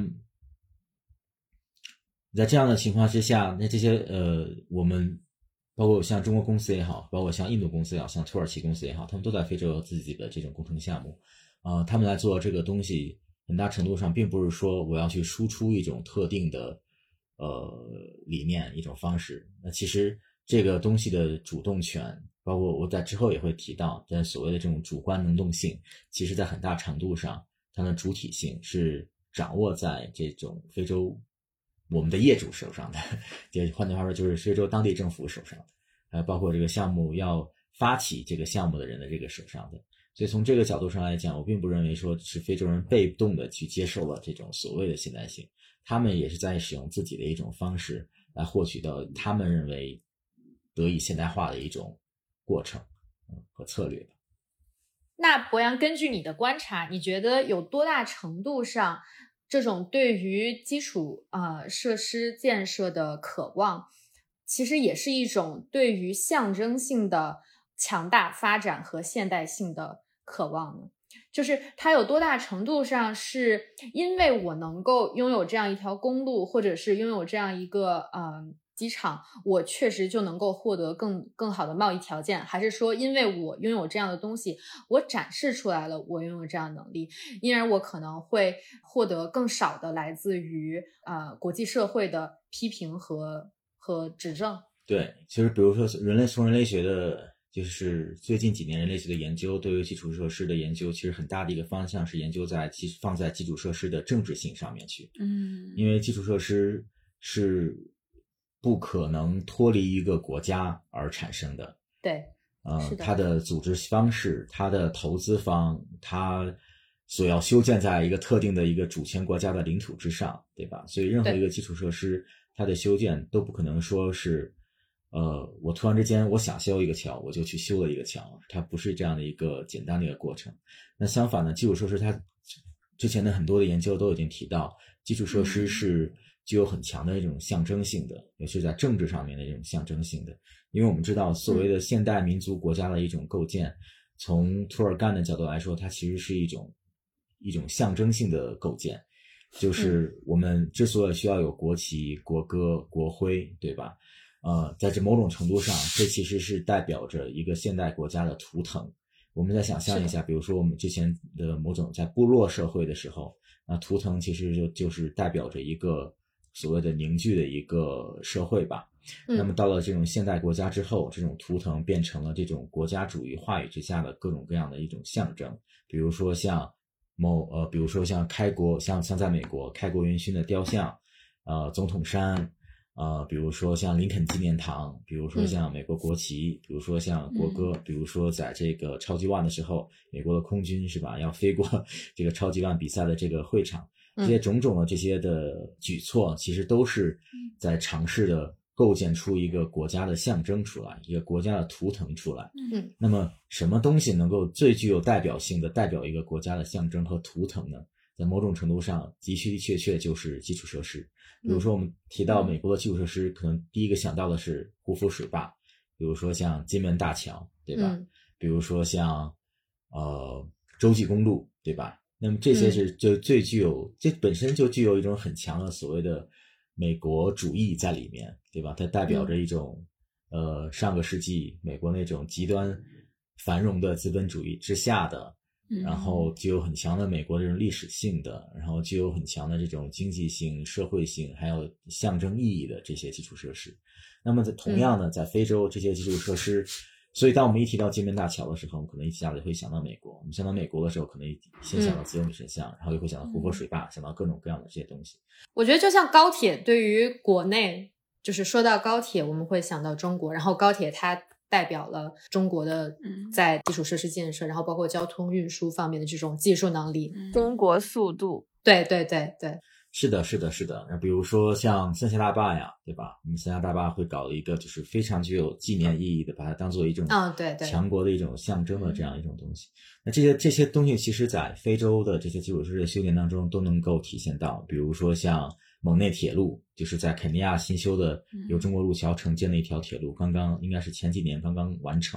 在这样的情况之下，那这些呃，我们包括像中国公司也好，包括像印度公司也好，像土耳其公司也好，他们都在非洲有自己的这种工程项目，啊、呃，他们来做这个东西，很大程度上并不是说我要去输出一种特定的呃理念一种方式。那其实这个东西的主动权，包括我在之后也会提到，但所谓的这种主观能动性，其实在很大程度上，它的主体性是掌握在这种非洲我们的业主手上的，也换句话说就是非洲当地政府手上的，还包括这个项目要发起这个项目的人的这个手上的。所以从这个角度上来讲，我并不认为说是非洲人被动的去接受了这种所谓的现代性，他们也是在使用自己的一种方式来获取到他们认为得以现代化的一种过程和策略吧。 那博洋，根据你的观察，你觉得有多大程度上这种对于基础呃设施建设的渴望，其实也是一种对于象征性的强大发展和现代性的渴望呢？就是它有多大程度上是因为我能够拥有这样一条公路，或者是拥有这样一个呃机场，我确实就能够获得更更好的贸易条件，还是说因为我拥有这样的东西，我展示出来了我拥有这样的能力，因而我可能会获得更少的来自于呃国际社会的批评和和指正？ 对，其实比如说人类从人类学的就是最近几年人类学的研究，对于基础设施的研究，其实很大的一个方向是研究在基放在基础设施的政治性上面去。 嗯， 因为基础设施是不可能脱离一个国家而产生的。 对， 呃，它的组织方式，它的投资方，它所要修建在一个特定的一个主权国家的领土之上，对吧？所以任何一个基础设施，它的修建都不可能说是呃，我突然之间我想修一个桥，我就去修了一个桥，它不是这样的一个简单的一个过程。那相反呢，基础设施它之前的很多的研究都已经提到，基础设施是具有很强的一种象征性的，尤其是在政治上面的这种象征性的。因为我们知道所谓的现代民族国家的一种构建，从涂尔干的角度来说，它其实是一种一种象征性的构建，就是我们之所以需要有国旗、国歌、国徽，对吧？呃，在这某种程度上，这其实是代表着一个现代国家的图腾。我们再想象一下，比如说我们之前的某种在部落社会的时候，那图腾其实就就是代表着一个所谓的凝聚的一个社会吧。 嗯、 那么到了这种现代国家之后，这种图腾变成了这种国家主义话语之下的各种各样的一种象征，比如说像某呃，比如说像开国，像像在美国开国元勋的雕像，呃，总统山。呃，比如说像林肯纪念堂，比如说像美国国旗，嗯、比如说像国歌，嗯、比如说在这个超级碗的时候，美国的空军是吧，要飞过这个超级碗比赛的这个会场，这些种种的这些的举措，其实都是在尝试的构建出一个国家的象征出来，一个国家的图腾出来。 嗯， 那么什么东西能够最具有代表性的代表一个国家的象征和图腾呢？在某种程度上，的的确确就是基础设施。比如说我们提到美国的基础设施，可能第一个想到的是胡佛水坝，比如说像金门大桥，对吧？ 嗯、 比如说像呃洲际公路，对吧？那么这些是就最具有，这本身就具有一种很强的所谓的美国主义在里面，对吧？它代表着一种、嗯、呃上个世纪美国那种极端繁荣的资本主义之下的。然后具有很强的美国这种历史性的，然后具有很强的这种经济性、社会性，还有象征意义的这些基础设施。那么在同样的，在非洲这些基础设施，所以当我们一提到金门大桥的时候，我们可能一下子会想到美国。我们想到美国的时候，可能先想到自由女神像，然后又会想到胡佛水坝，想到各种各样的这些东西。 我觉得就像高铁，对于国内，就是说到高铁，我们会想到中国，然后高铁它代表了中国的在基础设施建设，然后包括交通运输方面的这种技术能力， 中国速度， 对对对对， 是的，是的，是的。那比如说像三峡大坝呀，对吧？我们三峡大坝会搞一个就是非常具有纪念意义的，把它当做一种啊，对对， 强国的一种象征的这样一种东西。那这些这些东西，其实在非洲的这些基础设施的修建当中都能够体现到，比如说像蒙内铁路，就是在肯尼亚新修的由中国路桥承建的一条铁路，刚刚应该是前几年刚刚完成。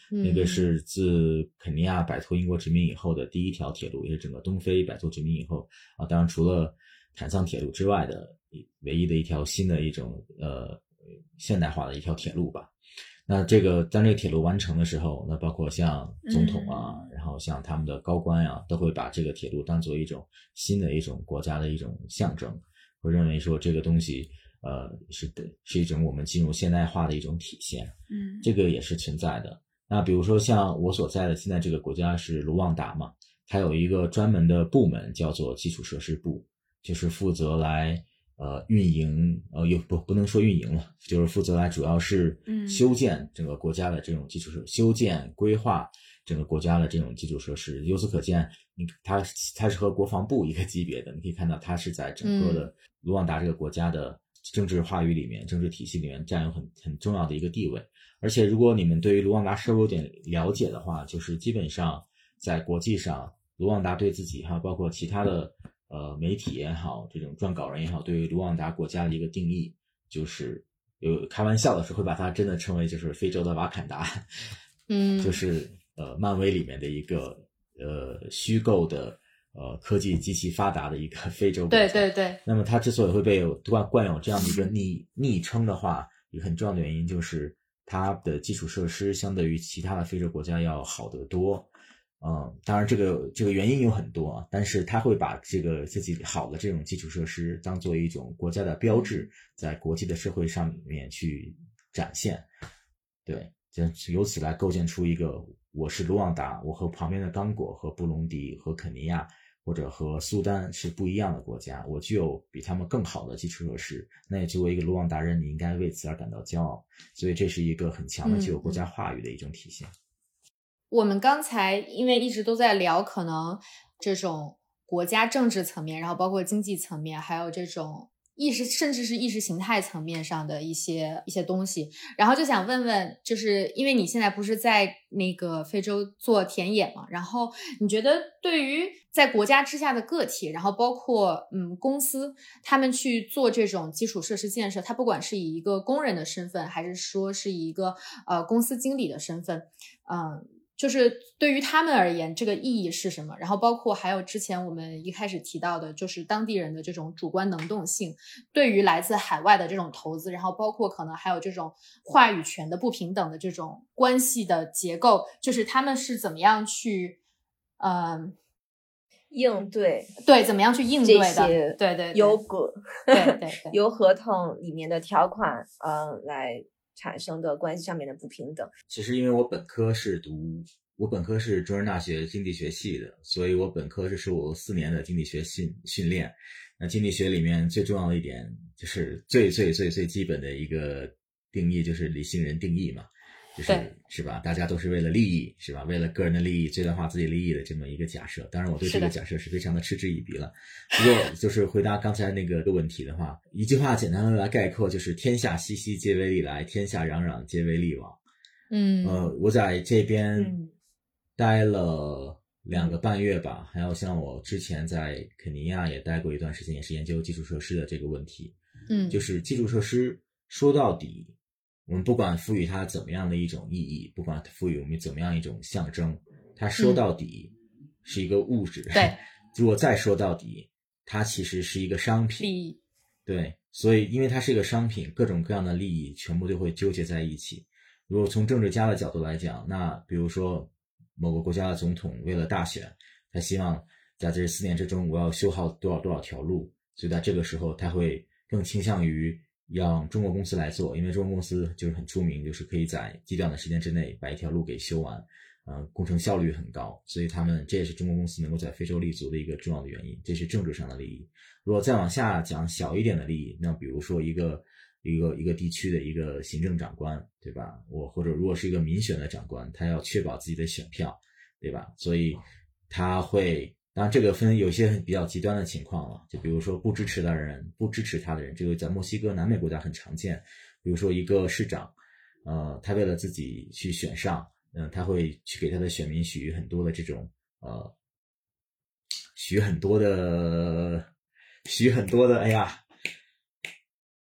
嗯、 那个是自肯尼亚摆脱英国殖民以后的第一条铁路，也是整个东非摆脱殖民以后啊，当然除了坦桑铁路之外的唯一的一条新的一种呃现代化的一条铁路吧。那这个当这个铁路完成的时候，那包括像总统啊、嗯、然后像他们的高官啊，都会把这个铁路当作一种新的一种国家的一种象征，会认为说这个东西呃是的是一种我们进入现代化的一种体现。 嗯， 这个也是存在的。那比如说像我所在的现在这个国家是卢旺达嘛，它有一个专门的部门叫做基础设施部，就是负责来呃，运营呃，又不不能说运营了，就是负责来主要是修建整个国家的这种基础设施，嗯、修建规划整个国家的这种基础设施。由此可见，你它它是和国防部一个级别的，你可以看到它是在整个的卢旺达这个国家的政治话语里面、嗯、政治体系里面占有很很重要的一个地位。而且，如果你们对于卢旺达稍微有点了解的话，就是基本上在国际上，卢旺达对自己还有包括其他的。呃，媒体也好，这种撰稿人也好，对于卢旺达国家的一个定义，就是有开玩笑的时候会把它真的称为就是非洲的瓦坎达， 嗯， 就是呃漫威里面的一个呃虚构的呃科技极其发达的一个非洲国家。 对对对。 那么它之所以会被冠冠有这样的一个昵昵称的话，一个很重要的原因就是它的基础设施相对于其他的非洲国家要好得多。嗯，当然这个这个原因有很多，但是他会把这个自己好的这种基础设施当做一种国家的标志，在国际的社会上面去展现。对，由此来构建出一个我是卢旺达，我和旁边的刚果和布隆迪和肯尼亚或者和苏丹是不一样的国家，我具有比他们更好的基础设施，那也作为一个卢旺达人，你应该为此而感到骄傲。所以这是一个很强的具有国家话语的一种体现。 嗯我们刚才因为一直都在聊可能这种国家政治层面，然后包括经济层面，还有这种意识甚至是意识形态层面上的一些一些东西，然后就想问问，就是因为你现在不是在那个非洲做田野嘛，然后你觉得对于在国家之下的个体，然后包括嗯公司，他们去做这种基础设施建设，它不管是以一个工人的身份，还是说是以一个呃公司经理的身份，嗯、呃。就是对于他们而言这个意义是什么，然后包括还有之前我们一开始提到的就是当地人的这种主观能动性，对于来自海外的这种投资，然后包括可能还有这种话语权的不平等的这种关系的结构，就是他们是怎么样去呃应对对怎么样去应对的，对对对， 由个对对对由合同里面的条款呃来产生的关系上面的不平等。 其实因为我本科是读我本科是中山大学经济学系的，所以我本科是受我四年的经济学训训练。那经济学里面最重要的一点就是最最最最基本的一个定义就是理性人定义嘛，就是是吧？大家都是为了利益，是吧？为了个人的利益最大化自己利益的这么一个假设。当然我对这个假设是非常的嗤之以鼻了。不过就是回答刚才那个问题的话，一句话简单的来概括就是天下熙熙皆为利来，天下攘攘皆为利往。 嗯， 呃，我在这边待了两个半月吧，还有像我之前在肯尼亚也待过一段时间，也是研究基础设施的这个问题。 嗯， 就是基础设施说到底，我们不管赋予它怎么样的一种意义，不管赋予我们怎么样一种象征，它说到底是一个物质。 嗯、对， 如果再说到底，它其实是一个商品。 利益。 对，所以因为它是一个商品，各种各样的利益全部都会纠结在一起。如果从政治家的角度来讲，那比如说某个国家的总统为了大选，他希望在这四年之中我要修好多少多少条路，所以在这个时候他会更倾向于让中国公司来做，因为中国公司就是很出名，就是可以在极短的时间之内把一条路给修完，呃，工程效率很高，所以他们这也是中国公司能够在非洲立足的一个重要的原因，这是政治上的利益。如果再往下讲小一点的利益，那比如说一个一个一个地区的一个行政长官，对吧？我或者如果是一个民选的长官，他要确保自己的选票，对吧？所以他会，当然这个分有些比较极端的情况了，就比如说不支持的人，不支持他的人，这个在墨西哥、南美国家很常见。比如说一个市长，呃，他为了自己去选上，嗯、呃，他会去给他的选民许很多的这种呃，许很多的，许很多的，哎呀。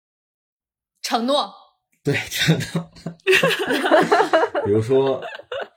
承诺， 对，承诺。比如说，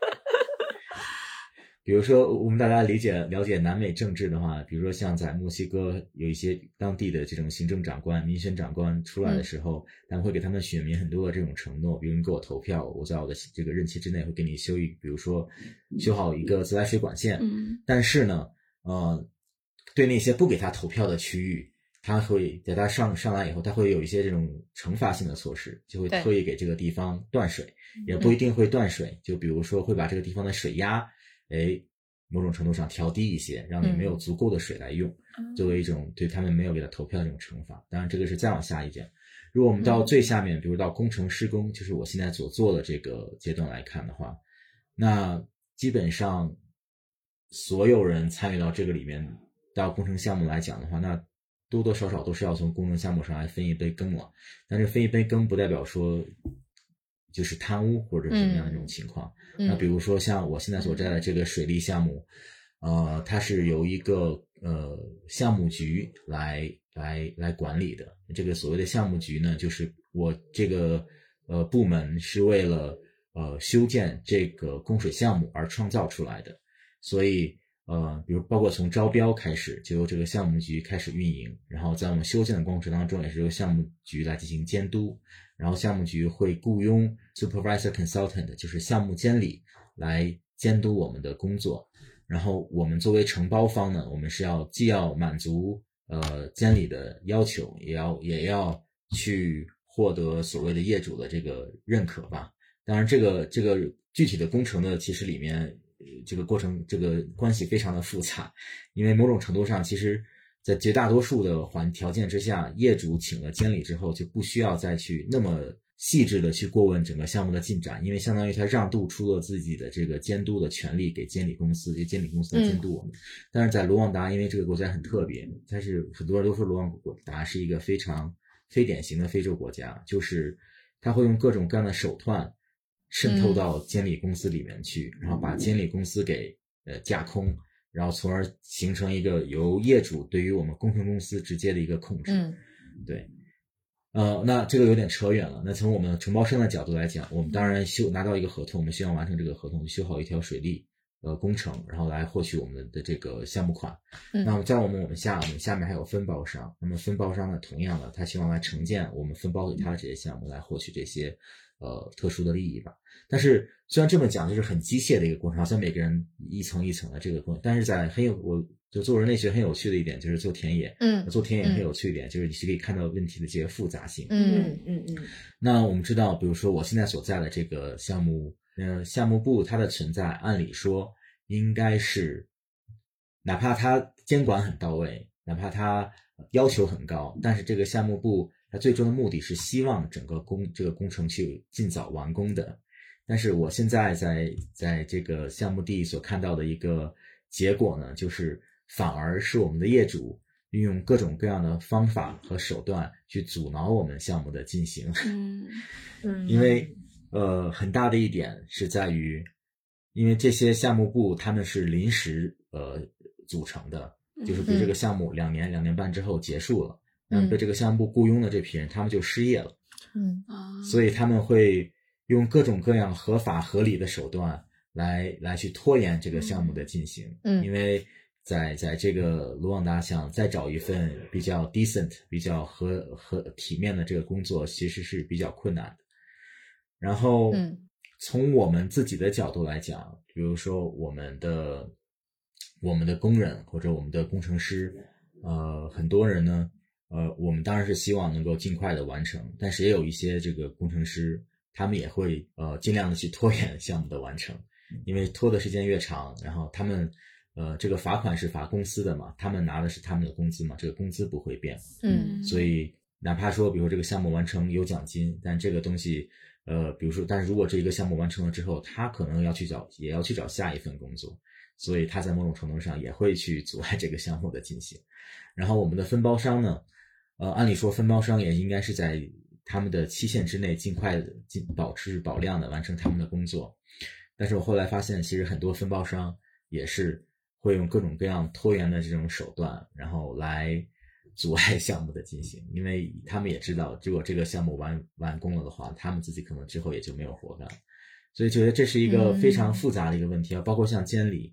比如说我们大家理解了解南美政治的话，比如说像在墨西哥有一些当地的这种行政长官、民选长官出来的时候，嗯、他们会给他们选民很多的这种承诺，比如你给我投票，我在我的这个任期之内会给你修一，比如说修好一个自来水管线。 嗯， 但是呢，呃，对那些不给他投票的区域，他会在他上上来以后，他会有一些这种惩罚性的措施，就会特意给这个地方断水，也不一定会断水，嗯、就比如说会把这个地方的水压，哎，某种程度上调低一些，让你没有足够的水来用，嗯、作为一种对他们没有给他投票的这种惩罚。当然，这个是再往下一点。如果我们到最下面，嗯、比如到工程施工，就是我现在所做的这个阶段来看的话，那基本上所有人参与到这个里面，到工程项目来讲的话，那多多少少都是要从工程项目上来分一杯羹了。但是分一杯羹不代表说就是贪污或者什么样的这种情况。嗯、那比如说像我现在所在的这个水利项目，呃，它是由一个呃项目局来来来管理的。这个所谓的项目局呢，就是我这个呃部门是为了呃修建这个供水项目而创造出来的，所以呃，比如包括从招标开始，就由这个项目局开始运营，然后在我们修建的过程当中，也是由项目局来进行监督，然后项目局会雇佣 supervisor consultant， 就是项目监理来监督我们的工作。然后我们作为承包方呢，我们是要既要满足呃监理的要求，也要也要去获得所谓的业主的这个认可吧。当然，这个这个具体的工程呢，其实里面。这个过程这个关系非常的复杂，因为某种程度上其实在绝大多数的环条件之下，业主请了监理之后就不需要再去那么细致的去过问整个项目的进展，因为相当于他让渡出了自己的这个监督的权利给监理公司，这监理公司来监督我们。嗯、但是在卢旺达，因为这个国家很特别，但是很多人都说卢旺达是一个非常非典型的非洲国家，就是他会用各种各样的手段渗透到监理公司里面去，嗯、然后把监理公司给呃架空，然后从而形成一个由业主对于我们工程公司直接的一个控制。嗯，对。呃，那这个有点扯远了。那从我们承包商的角度来讲，我们当然修拿到一个合同，我们希望完成这个合同，修好一条水利呃工程，然后来获取我们的这个项目款。嗯、那么在我们我们下我们下面还有分包商，那么分包商呢，同样的，他希望来承建我们分包给他的这些项目，来获取这些呃特殊的利益吧。但是虽然这么讲就是很机械的一个过程，好像每个人一层一层的这个过程，但是在很有我就做人类学很有趣的一点就是做田野，嗯，做田野很有趣一点，嗯、就是你是可以看到问题的这些复杂性。 嗯嗯嗯。 那我们知道，比如说我现在所在的这个项目，呃，项目部它的存在，按理说应该是，哪怕它监管很到位，哪怕它要求很高，但是这个项目部它最终的目的是希望整个工这个工程去尽早完工的。但是我现在在在这个项目地所看到的一个结果呢，就是反而是我们的业主运用各种各样的方法和手段去阻挠我们项目的进行。 嗯嗯，因为呃很大的一点是在于，因为这些项目部他们是临时呃组成的，就是比如这个项目两年、嗯、两年半之后结束了，那么被这个项目部雇佣的这批人他们就失业了。 嗯啊， 所以他们会用各种各样合法合理的手段来来去拖延这个项目的进行。嗯，因为在在这个卢旺达想再找一份比较 decent 比较和和体面的这个工作其实是比较困难的。然后嗯从我们自己的角度来讲，比如说我们的我们的工人或者我们的工程师，呃很多人呢呃我们当然是希望能够尽快的完成，但是也有一些这个工程师他们也会呃尽量的去拖延项目的完成，因为拖的时间越长，然后他们呃这个罚款是罚公司的嘛，他们拿的是他们的工资嘛，这个工资不会变。 嗯， 所以哪怕说比如说这个项目完成有奖金，但这个东西呃比如说但是如果这一个项目完成了之后，他可能要去找也要去找下一份工作，所以他在某种程度上也会去阻碍这个项目的进行。然后我们的分包商呢，呃按理说分包商也应该是在他们的期限之内尽快的尽保质保量的完成他们的工作，但是我后来发现其实很多分包商也是会用各种各样拖延的这种手段，然后来阻碍项目的进行，因为他们也知道如果这个项目完完工了的话，他们自己可能之后也就没有活干，所以觉得这是一个非常复杂的一个问题啊、嗯、包括像监理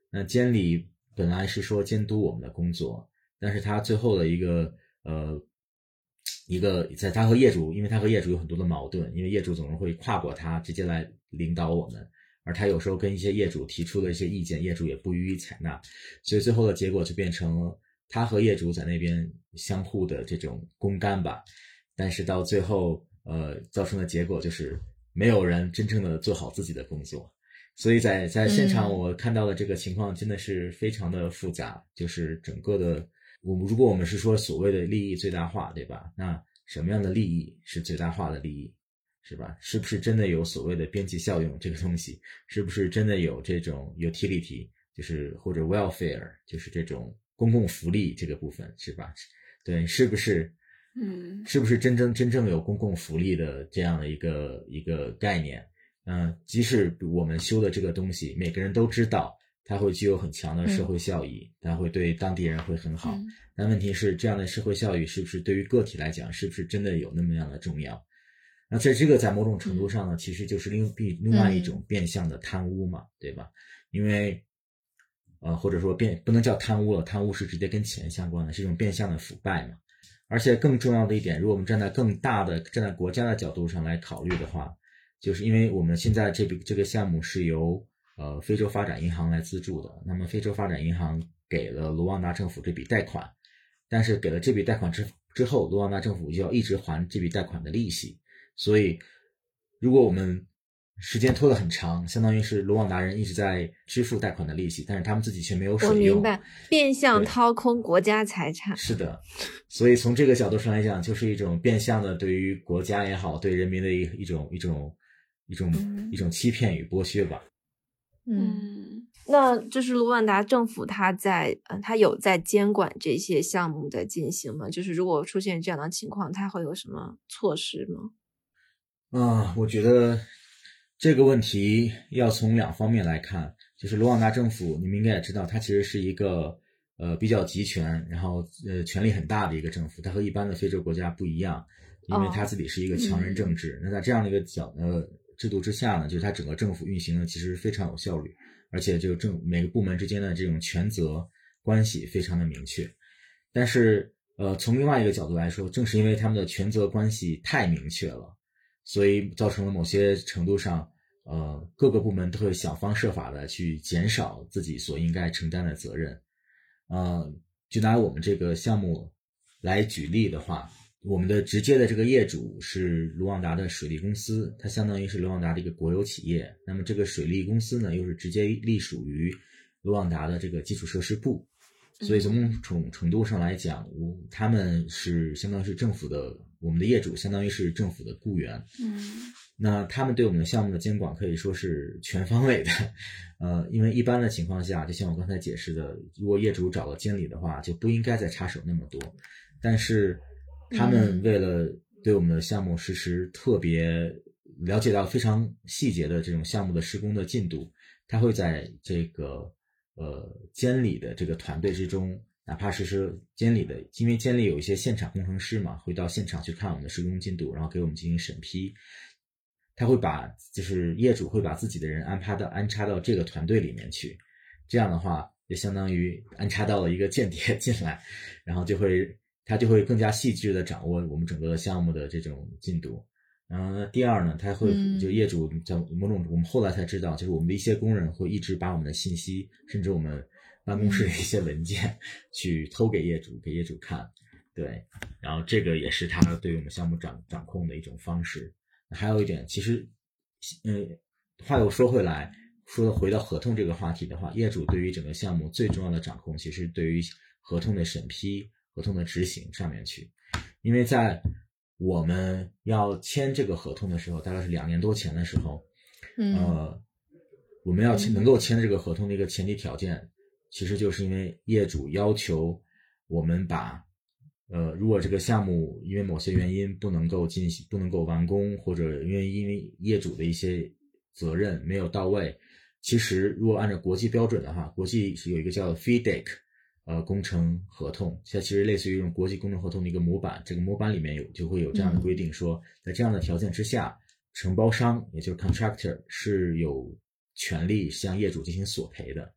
那监理本来是说监督我们的工作，但是他最后的一个呃一个在他和业主，因为他和业主有很多的矛盾，因为业主总是会跨过他直接来领导我们，而他有时候跟一些业主提出的一些意见，业主也不予以采纳，所以最后的结果就变成他和业主在那边相互的这种公干吧，但是到最后呃造成的结果就是没有人真正的做好自己的工作。所以在在现场我看到的这个情况真的是非常的复杂，嗯、就是整个的我们如果我们是说所谓的利益最大化，对吧？那什么样的利益是最大化的利益，是吧？是不是真的有所谓的边际效用这个东西？是不是真的有这种 utility， 就是或者 welfare， 就是这种公共福利这个部分，是吧？对，是不是？ 嗯， 是不是真正真正有公共福利的这样的一个一个概念？嗯、呃，即使我们修的这个东西，每个人都知道它会具有很强的社会效益，嗯、它会对当地人会很好。嗯、但问题是，这样的社会效益是不是对于个体来讲，是不是真的有那么样的重要？那在这个在某种程度上呢，嗯、其实就是另另外一种变相的贪污嘛，嗯、对吧？因为呃，或者说变不能叫贪污了，贪污是直接跟钱相关的，是一种变相的腐败嘛。而且更重要的一点，如果我们站在更大的站在国家的角度上来考虑的话，就是因为我们现在这笔这个项目是由呃非洲发展银行来资助的，那么非洲发展银行给了卢旺达政府这笔贷款，但是给了这笔贷款之之后，卢旺达政府就要一直还这笔贷款的利息，所以如果我们时间拖得很长，相当于是卢旺达人一直在支付贷款的利息，但是他们自己却没有水用。 我明白，变相掏空国家财产。 是的，所以从这个角度上来讲，就是一种变相的对于国家也好，对人民的一一种一种一种、嗯、一种欺骗与剥削吧。 嗯，那就是卢旺达政府他在嗯，他有在监管这些项目的进行吗？就是如果出现这样的情况，他会有什么措施吗？ 啊、嗯，我觉得这个问题要从两方面来看，就是卢旺达政府，你们应该也知道，它其实是一个呃比较集权，然后呃权力很大的一个政府，它和一般的非洲国家不一样，因为它自己是一个强人政治。哦嗯、那在这样的一个角呃制度之下呢，就是它整个政府运行呢其实非常有效率，而且就政每个部门之间的这种权责关系非常的明确。但是呃从另外一个角度来说，正是因为他们的权责关系太明确了，所以造成了某些程度上，呃，各个部门都会想方设法的去减少自己所应该承担的责任。呃，就拿我们这个项目来举例的话，我们的直接的这个业主是卢旺达的水利公司，它相当于是卢旺达的一个国有企业。那么这个水利公司呢，又是直接隶属于卢旺达的这个基础设施部。所以从某种程度上来讲，我他们是相当于是政府的，我们的业主相当于是政府的雇员。 嗯， 那他们对我们的项目的监管可以说是全方位的。呃，因为一般的情况下，就像我刚才解释的，如果业主找了监理的话，就不应该再插手那么多。但是他们为了对我们的项目实施特别了解到非常细节的这种项目的施工的进度，他会在这个呃，监理的这个团队之中，哪怕是说监理的，因为监理有一些现场工程师嘛，会到现场去看我们的施工进度，然后给我们进行审批。他会把，就是业主会把自己的人安排到安插到这个团队里面去，这样的话，就相当于安插到了一个间谍进来，然后就会他就会更加细致的掌握我们整个项目的这种进度。然后第二呢，他会就业主在某种我们后来才知道，就是我们的一些工人会一直把我们的信息，甚至我们办公室的一些文件去偷给业主，给业主看。对，然后这个也是他对于我们项目掌掌控的一种方式。还有一点，其实，嗯，话又说回来，说回到合同这个话题的话，业主对于整个项目最重要的掌控，其实对于合同的审批、合同的执行上面去，因为在我们要签这个合同的时候，大概是两年多前的时候， 嗯， 呃，我们要签能够签这个合同的一个前提条件，其实就是因为业主要求我们把，呃，如果这个项目因为某些原因不能够进行、不能够完工，或者因为因为业主的一些责任没有到位，其实如果按照国际标准的话，国际是有一个叫 F I D E C。呃，工程合同，它其实类似于一种国际工程合同的一个模板。这个模板里面有就会有这样的规定说，在这样的条件之下，承包商也就是 contractor 是有权利向业主进行索赔的。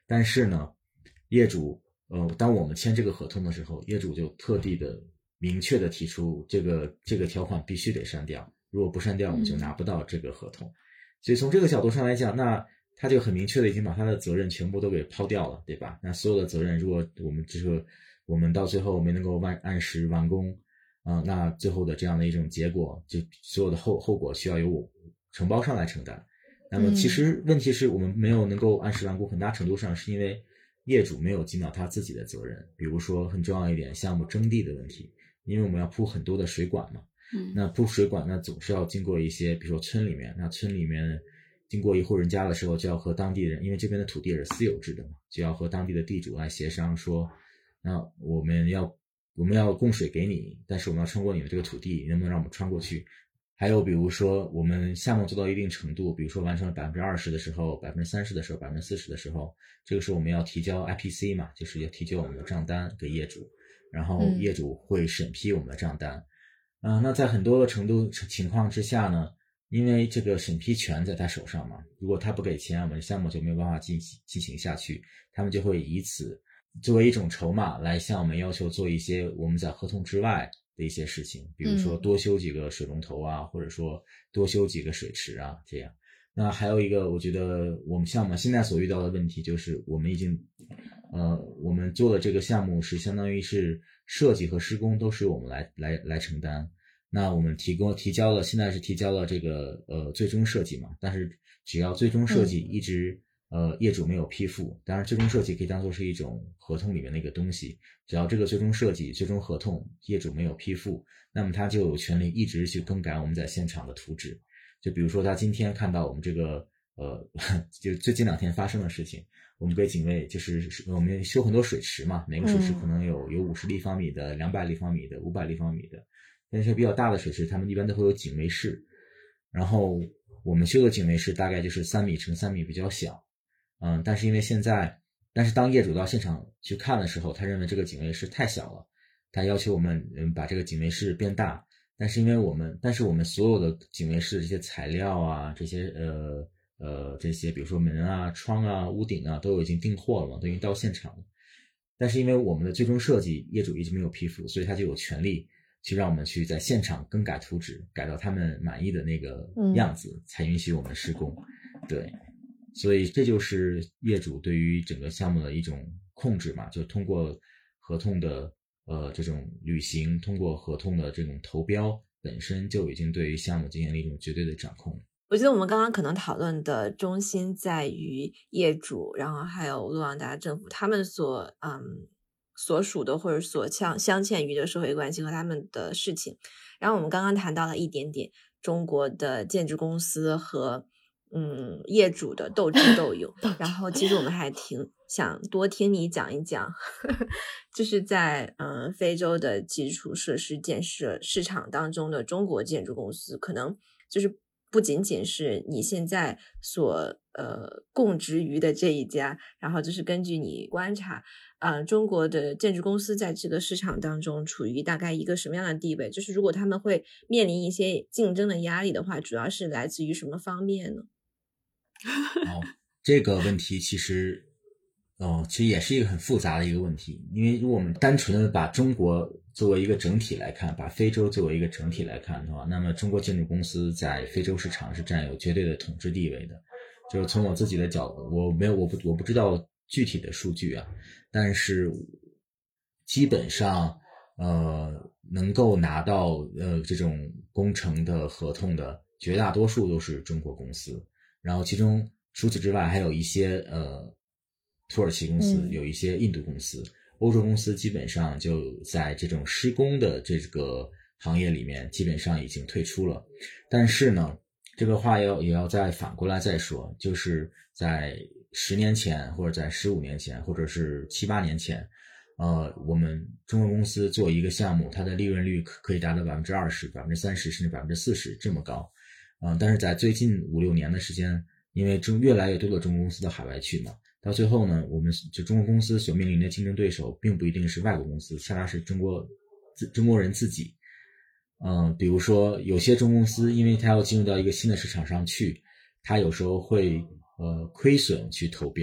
但是呢，业主呃，当我们签这个合同的时候，业主就特地的明确的提出这个这个条款必须得删掉，如果不删掉，我们就拿不到这个合同。嗯、所以从这个角度上来讲，那他就很明确的已经把他的责任全部都给抛掉了，对吧？那所有的责任，如果我们就是我们到最后没能够按按时完工，啊、呃，那最后的这样的一种结果，就所有的后后果需要由我承包商来承担。那么其实问题是我们没有能够按时完工，很大程度上是因为业主没有尽到他自己的责任。比如说很重要一点，项目征地的问题，因为我们要铺很多的水管嘛， 嗯， 那铺水管那总是要经过一些，比如说村里面，那村里面经过一户人家的时候，就要和当地人，因为这边的土地是私有制的嘛，就要和当地的地主来协商说，那我们要我们要供水给你，但是我们要穿过你的这个土地，能不能让我们穿过去？还有比如说我们项目做到一定程度，比如说完成了百分之二十的时候，百分之三十的时候，百分之四十的时候，这个时候我们要提交 I P C 嘛，就是要提交我们的账单给业主，然后业主会审批我们的账单。嗯、呃，那在很多的程度情况之下呢，因为这个审批权在他手上嘛，如果他不给钱，我们项目就没有办法进行进行下去，他们就会以此作为一种筹码来向我们要求做一些我们在合同之外的一些事情，比如说多修几个水龙头啊，嗯、或者说多修几个水池啊，这样。那还有一个，我觉得我们项目现在所遇到的问题就是，我们已经，呃，我们做的这个项目是相当于是设计和施工都是我们来来来承担。那我们提供提交了，现在是提交了这个呃最终设计嘛，但是只要最终设计一直、嗯、呃业主没有批复，当然最终设计可以当做是一种合同里面的一个东西，只要这个最终设计最终合同业主没有批复，那么他就有权利一直去更改我们在现场的图纸。就比如说他今天看到我们这个呃就最近两天发生的事情，我们给警卫就是我们修很多水池嘛，每个水池可能有有五十立方米的、两百立方米的、五百立方米的，但是比较大的水池他们一般都会有警卫室，然后我们修的警卫室大概就是三米乘三米，比较小。嗯，但是因为现在但是当业主到现场去看的时候，他认为这个警卫室太小了，他要求我们嗯把这个警卫室变大，但是因为我们但是我们所有的警卫室的这些材料啊，这些呃呃这些比如说门啊、窗啊、屋顶啊都已经订货了嘛，都已经到现场了，但是因为我们的最终设计业主一直没有批复，所以他就有权利去让我们去在现场更改图纸，改到他们满意的那个样子、嗯、才允许我们施工。对，所以这就是业主对于整个项目的一种控制嘛，就通过合同的呃这种履行，通过合同的这种投标本身就已经对于项目进行了一种绝对的掌控。 我觉得我们刚刚可能讨论的中心在于业主，然后还有卢旺达政府他们所嗯所属的或者所相相欠于的社会关系和他们的事情。然后我们刚刚谈到了一点点中国的建筑公司和嗯业主的斗智斗勇，然后其实我们还挺想多听你讲一讲呵呵就是在嗯非洲的基础设施建设市场当中的中国建筑公司，可能就是不仅仅是你现在所呃供职于的这一家，然后就是根据你观察呃中国的建筑公司在这个市场当中处于大概一个什么样的地位，就是如果他们会面临一些竞争的压力的话，主要是来自于什么方面呢？ 哦，这个问题其实哦，其实也是一个很复杂的一个问题，因为如果我们单纯的把中国作为一个整体来看，把非洲作为一个整体来看的话，那么中国建筑公司在非洲市场是占有绝对的统治地位的。就是从我自己的角度，我没有我不我不知道具体的数据啊，但是基本上呃能够拿到呃这种工程的合同的绝大多数都是中国公司，然后其中除此之外还有一些呃土耳其公司，有一些印度公司、嗯、欧洲公司基本上就在这种施工的这个行业里面基本上已经退出了。但是呢这个话要也要再反过来再说，就是在十年前或者在十五年前或者是七八年前呃，我们中国公司做一个项目，它的利润率可以达到 百分之二十、百分之三十 甚至 百分之四十 这么高。嗯、呃，但是在最近五六年的时间，因为中越来越多的中国公司到海外去嘛，到最后呢，我们就中国公司所面临的竞争对手并不一定是外国公司，恰恰是中国自中国人自己。嗯、呃，比如说有些中国公司，因为它要进入到一个新的市场上去，它有时候会呃亏损去投标，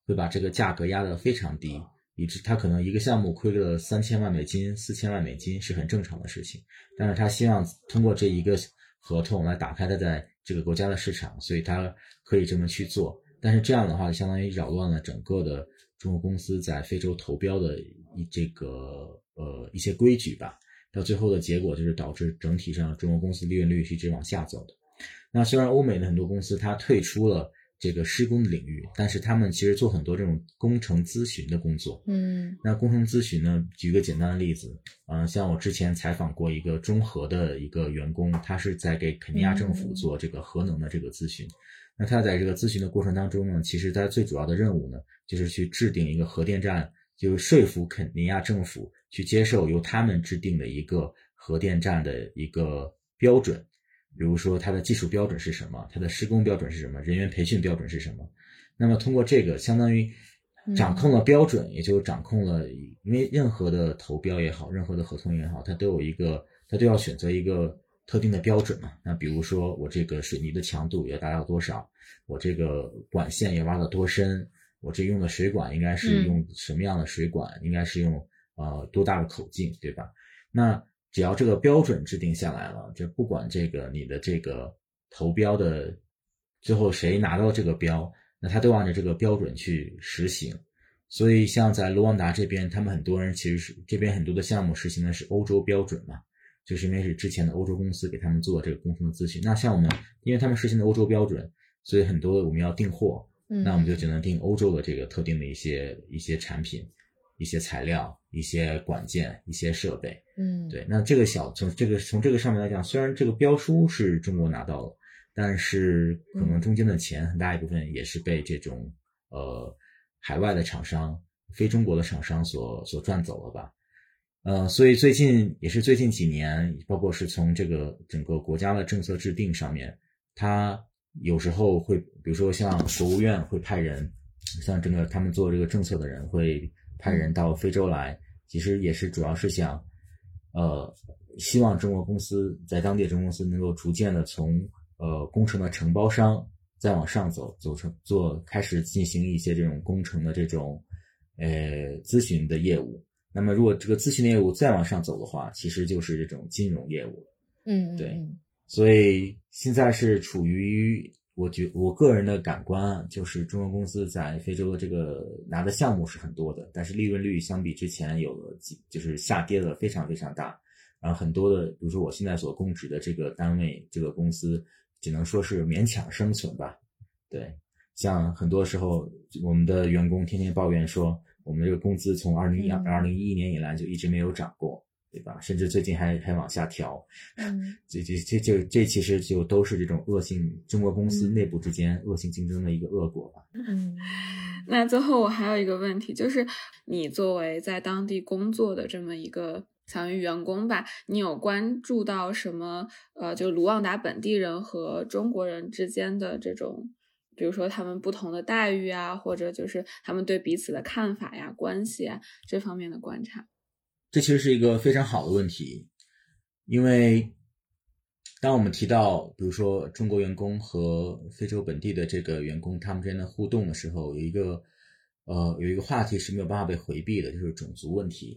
会把这个价格压得非常低，以致他可能一个项目亏了三千万美金、四千万美金是很正常的事情，但是他希望通过这一个合同来打开他在这个国家的市场，所以他可以这么去做。但是这样的话，相当于扰乱了整个的中国公司在非洲投标的一这个呃一些规矩吧。到最后的结果就是导致整体上中国公司利润率是一直往下走的。那虽然欧美的很多公司它退出了这个施工的领域，但是他们其实做很多这种工程咨询的工作。 嗯， 那工程咨询呢，举个简单的例子，嗯、呃，像我之前采访过一个中核的一个员工，他是在给肯尼亚政府做这个核能的这个咨询。嗯、那他在这个咨询的过程当中呢，其实他最主要的任务呢，就是去制定一个核电站，就是说服肯尼亚政府去接受由他们制定的一个核电站的一个标准。比如说它的技术标准是什么，它的施工标准是什么，人员培训标准是什么。那么通过这个相当于掌控了标准，嗯、也就掌控了，因为任何的投标也好，任何的合同也好，它都有一个，它都要选择一个特定的标准嘛。那比如说我这个水泥的强度要达到多少，我这个管线要挖到多深，我这用的水管应该是用什么样的水管，嗯、应该是用呃多大的口径，对吧？那只要这个标准制定下来了，就不管这个你的这个投标的最后谁拿到这个标，那他都按照这个标准去实行。所以像在卢旺达这边，他们很多人其实是这边很多的项目实行的是欧洲标准嘛，就是因为是之前的欧洲公司给他们做这个工程的咨询。那像我们因为他们实行的欧洲标准，所以很多我们要订货，嗯、那我们就只能订欧洲的这个特定的一些一些产品、一些材料、一些管件、一些设备。 嗯， 对，那这个小从这个从这个上面来讲，虽然这个标书是中国拿到了，但是可能中间的钱很大一部分也是被这种呃海外的厂商、非中国的厂商所所赚走了吧。呃，所以最近也是最近几年，包括是从这个整个国家的政策制定上面，它有时候会，比如说像国务院会派人，像这个他们做这个政策的人会派人到非洲来，其实也是主要是想呃，希望中国公司在当地的中国公司能够逐渐的从呃工程的承包商再往上走，走成做开始进行一些这种工程的这种呃咨询的业务。那么如果这个咨询的业务再往上走的话，其实就是这种金融业务。 嗯， 对，所以现在是处于我觉我个人的感官，就是中国公司在非洲的这个拿的项目是很多的，但是利润率相比之前有了就是下跌了非常非常大。然后很多的，比如说我现在所供职的这个单位，这个公司只能说是勉强生存吧。对，像很多时候我们的员工天天抱怨说，我们这个工资从二零一二零一一年以来就一直没有涨过。对吧？甚至最近还还往下调，嗯，这这这这这其实就都是这种恶性中国公司内部之间恶性竞争的一个恶果吧。 嗯，那最后我还有一个问题，就是你作为在当地工作的这么一个相当于员工吧，你有关注到什么？呃，就卢旺达本地人和中国人之间的这种，比如说他们不同的待遇啊，或者就是他们对彼此的看法呀、关系啊这方面的观察。 这其实是一个非常好的问题，因为当我们提到比如说中国员工和非洲本地的这个员工他们之间的互动的时候，有一个呃有一个话题是没有办法被回避的，就是种族问题。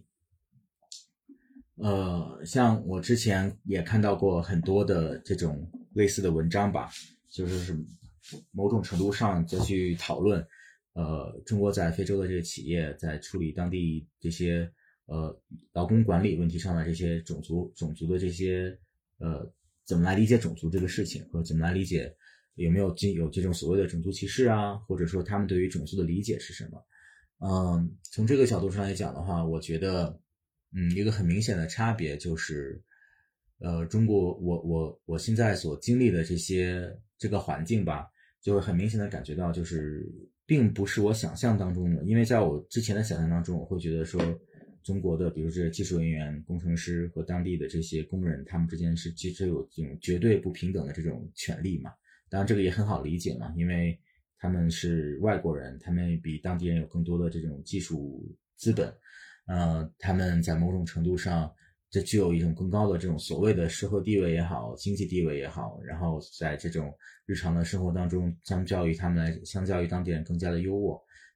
呃，像我之前也看到过很多的这种类似的文章吧，就是是某种程度上就去讨论呃中国在非洲的这个企业在处理当地这些呃，劳工管理问题上的这些种族种族的这些呃，怎么来理解种族这个事情，或者怎么来理解有没有有这种所谓的种族歧视啊，或者说他们对于种族的理解是什么？嗯，从这个角度上来讲的话，我觉得，嗯，一个很明显的差别就是，呃，中国我我我现在所经历的这些这个环境吧，就会很明显的感觉到，就是并不是我想象当中的，因为在我之前的想象当中，我会觉得说。中国的比如这技术人员、工程师和当地的这些工人，他们之间是其实有这种绝对不平等的这种权利嘛。当然这个也很好理解嘛，因为他们是外国人，他们比当地人有更多的这种技术资本，呃，他们在某种程度上这具有一种更高的这种所谓的社会地位也好，经济地位也好，然后在这种日常的生活当中，相较于他们来，相较于当地人更加的优渥。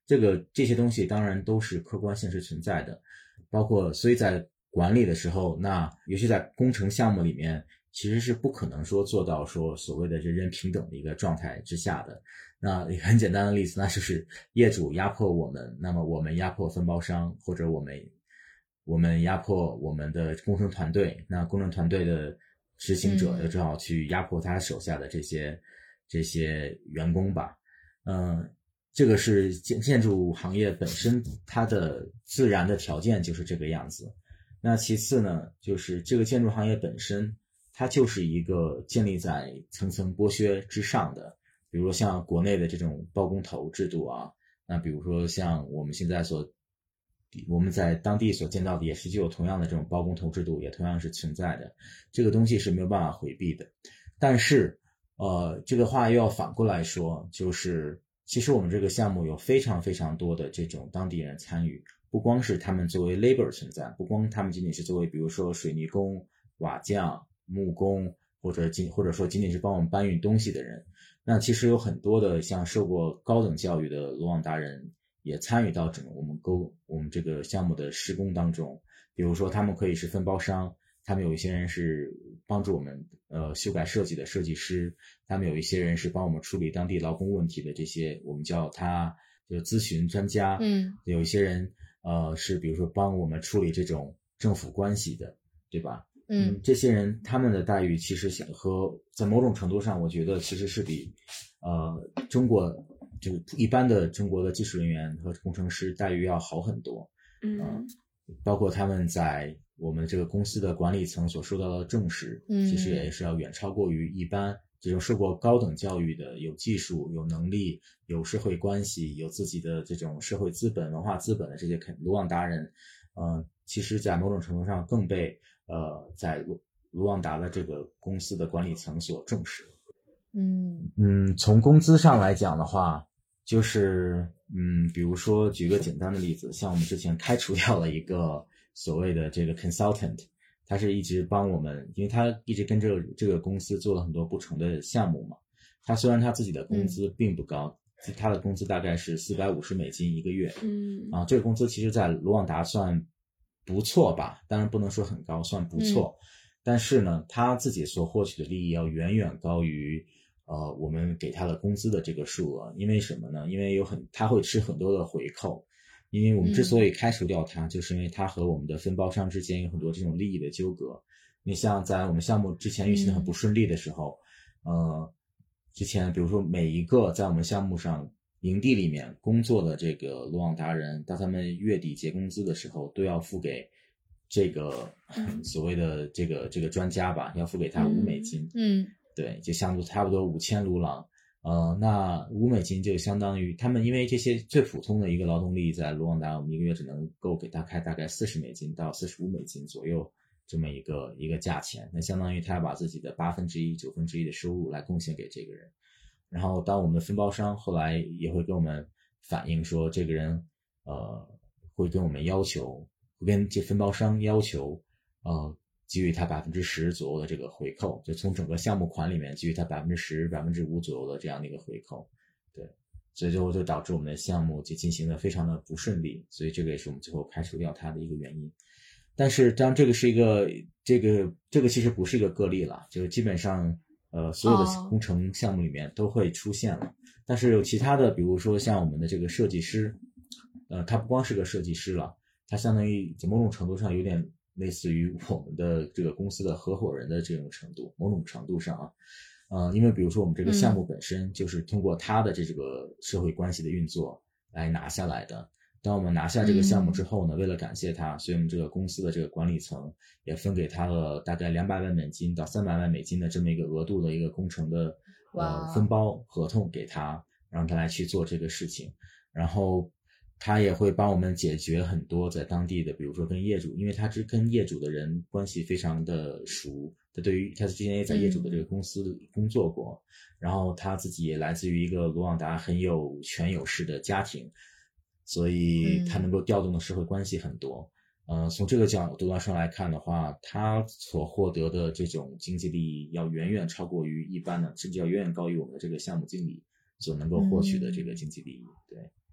这个这些东西当然都是客观现实存在的，包括所以在管理的时候，那尤其在工程项目里面，其实是不可能说做到说所谓的人人平等的一个状态之下的。那一个很简单的例子，那就是业主压迫我们，那么我们压迫分包商，或者我们我们压迫我们的工程团队，那工程团队的执行者就只好去压迫他手下的这些、嗯、这些员工吧。嗯，这个是建建筑行业本身它的自然的条件就是这个样子。那其次呢，就是这个建筑行业本身它就是一个建立在层层剥削之上的，比如说像国内的这种包工头制度啊，那比如说像我们现在所我们在当地所见到的也是就有同样的这种包工头制度，也同样是存在的，这个东西是没有办法回避的。但是呃，这个话又要反过来说，就是其实我们这个项目有非常非常多的这种当地人参与，不光是他们作为 labor 存在，不光他们仅仅是作为比如说水泥工、瓦匠、木工，或者仅或者说仅仅是帮我们搬运东西的人，那其实有很多的像受过高等教育的卢旺达人也参与到整个我们沟我们这个项目的施工当中。比如说他们可以是分包商，他们有一些人是帮助我们呃修改设计的设计师，他们有一些人是帮我们处理当地劳工问题的这些我们叫他就咨询专家， 嗯， 有一些人呃是比如说帮我们处理这种政府关系的，对吧？ 嗯， 这些人他们的待遇其实和在某种程度上，我觉得其实是比呃中国就一般的中国的技术人员和工程师待遇要好很多。 嗯、 呃，包括他们在我们这个公司的管理层所受到的重视， 嗯， 其实也是要远超过于一般这种受过高等教育的、有技术、有能力、有社会关系、有自己的这种社会资本、文化资本的这些卢旺达人。呃，其实在某种程度上更被呃在卢卢旺达的这个公司的管理层所重视。 嗯嗯，从工资上来讲的话，就是嗯，比如说举个简单的例子，像我们之前开除掉了一个所谓的这个 consultant， 他是一直帮我们，因为他一直跟这个这个公司做了很多不同的项目嘛。他虽然他自己的工资并不高，嗯、他的工资大概是四百五十美金一个月。 嗯啊，这个工资其实在卢旺达算不错吧，当然不能说很高，算不错。嗯、但是呢，他自己所获取的利益要远远高于呃我们给他的工资的这个数额。因为什么呢？因为有很他会吃很多的回扣。因为我们之所以开除掉他，嗯、就是因为他和我们的分包商之间有很多这种利益的纠葛。你像在我们项目之前运行的很不顺利的时候，嗯、呃，之前比如说每一个在我们项目上营地里面工作的这个卢旺达人，当他们月底结工资的时候，都要付给这个、嗯、所谓的这个这个专家吧，要付给他五美金。 嗯， 对，就相当差不多五千卢朗。呃，那五美金就相当于他们，因为这些最普通的一个劳动力在卢旺达，我们一个月只能够给他开大概四十美金到四十五美金左右这么一个一个价钱，那相当于他把自己的八分之一、九分之一的收入来贡献给这个人。然后当我们的分包商后来也会跟我们反映说，这个人呃会跟我们要求，会跟这分包商要求呃给予他百分之十左右的这个回扣，就从整个项目款里面给予他百分之十、百分之五左右的这样的一个回扣。对，所以最后就导致我们的项目就进行的非常的不顺利，所以这个也是我们最后开除掉他的一个原因。但是当然这个是一个这个这个其实不是一个个例了，就是基本上呃所有的工程项目里面都会出现了。但是有其他的，比如说像我们的这个设计师，呃他不光是个设计师了，他相当于在某种程度上有点类似于我们的这个公司的合伙人的这种程度，某种程度上啊，呃，因为比如说我们这个项目本身就是通过他的这个社会关系的运作来拿下来的。当我们拿下这个项目之后呢，为了感谢他，所以我们这个公司的这个管理层也分给他了大概两百万美金到三百万美金的这么一个额度的一个工程的呃分包合同给他，让他来去做这个事情。然后他也会帮我们解决很多在当地的，比如说跟业主，因为他是跟业主的人关系非常的熟，他对于他之前也在业主的这个公司工作过，嗯、然后他自己也来自于一个卢旺达很有权有势的家庭，所以他能够调动的社会关系很多。嗯、呃，从这个角度上来看的话，他所获得的这种经济利益要远远超过于一般的，甚至要远远高于我们的这个项目经理所能够获取的这个经济利益。对。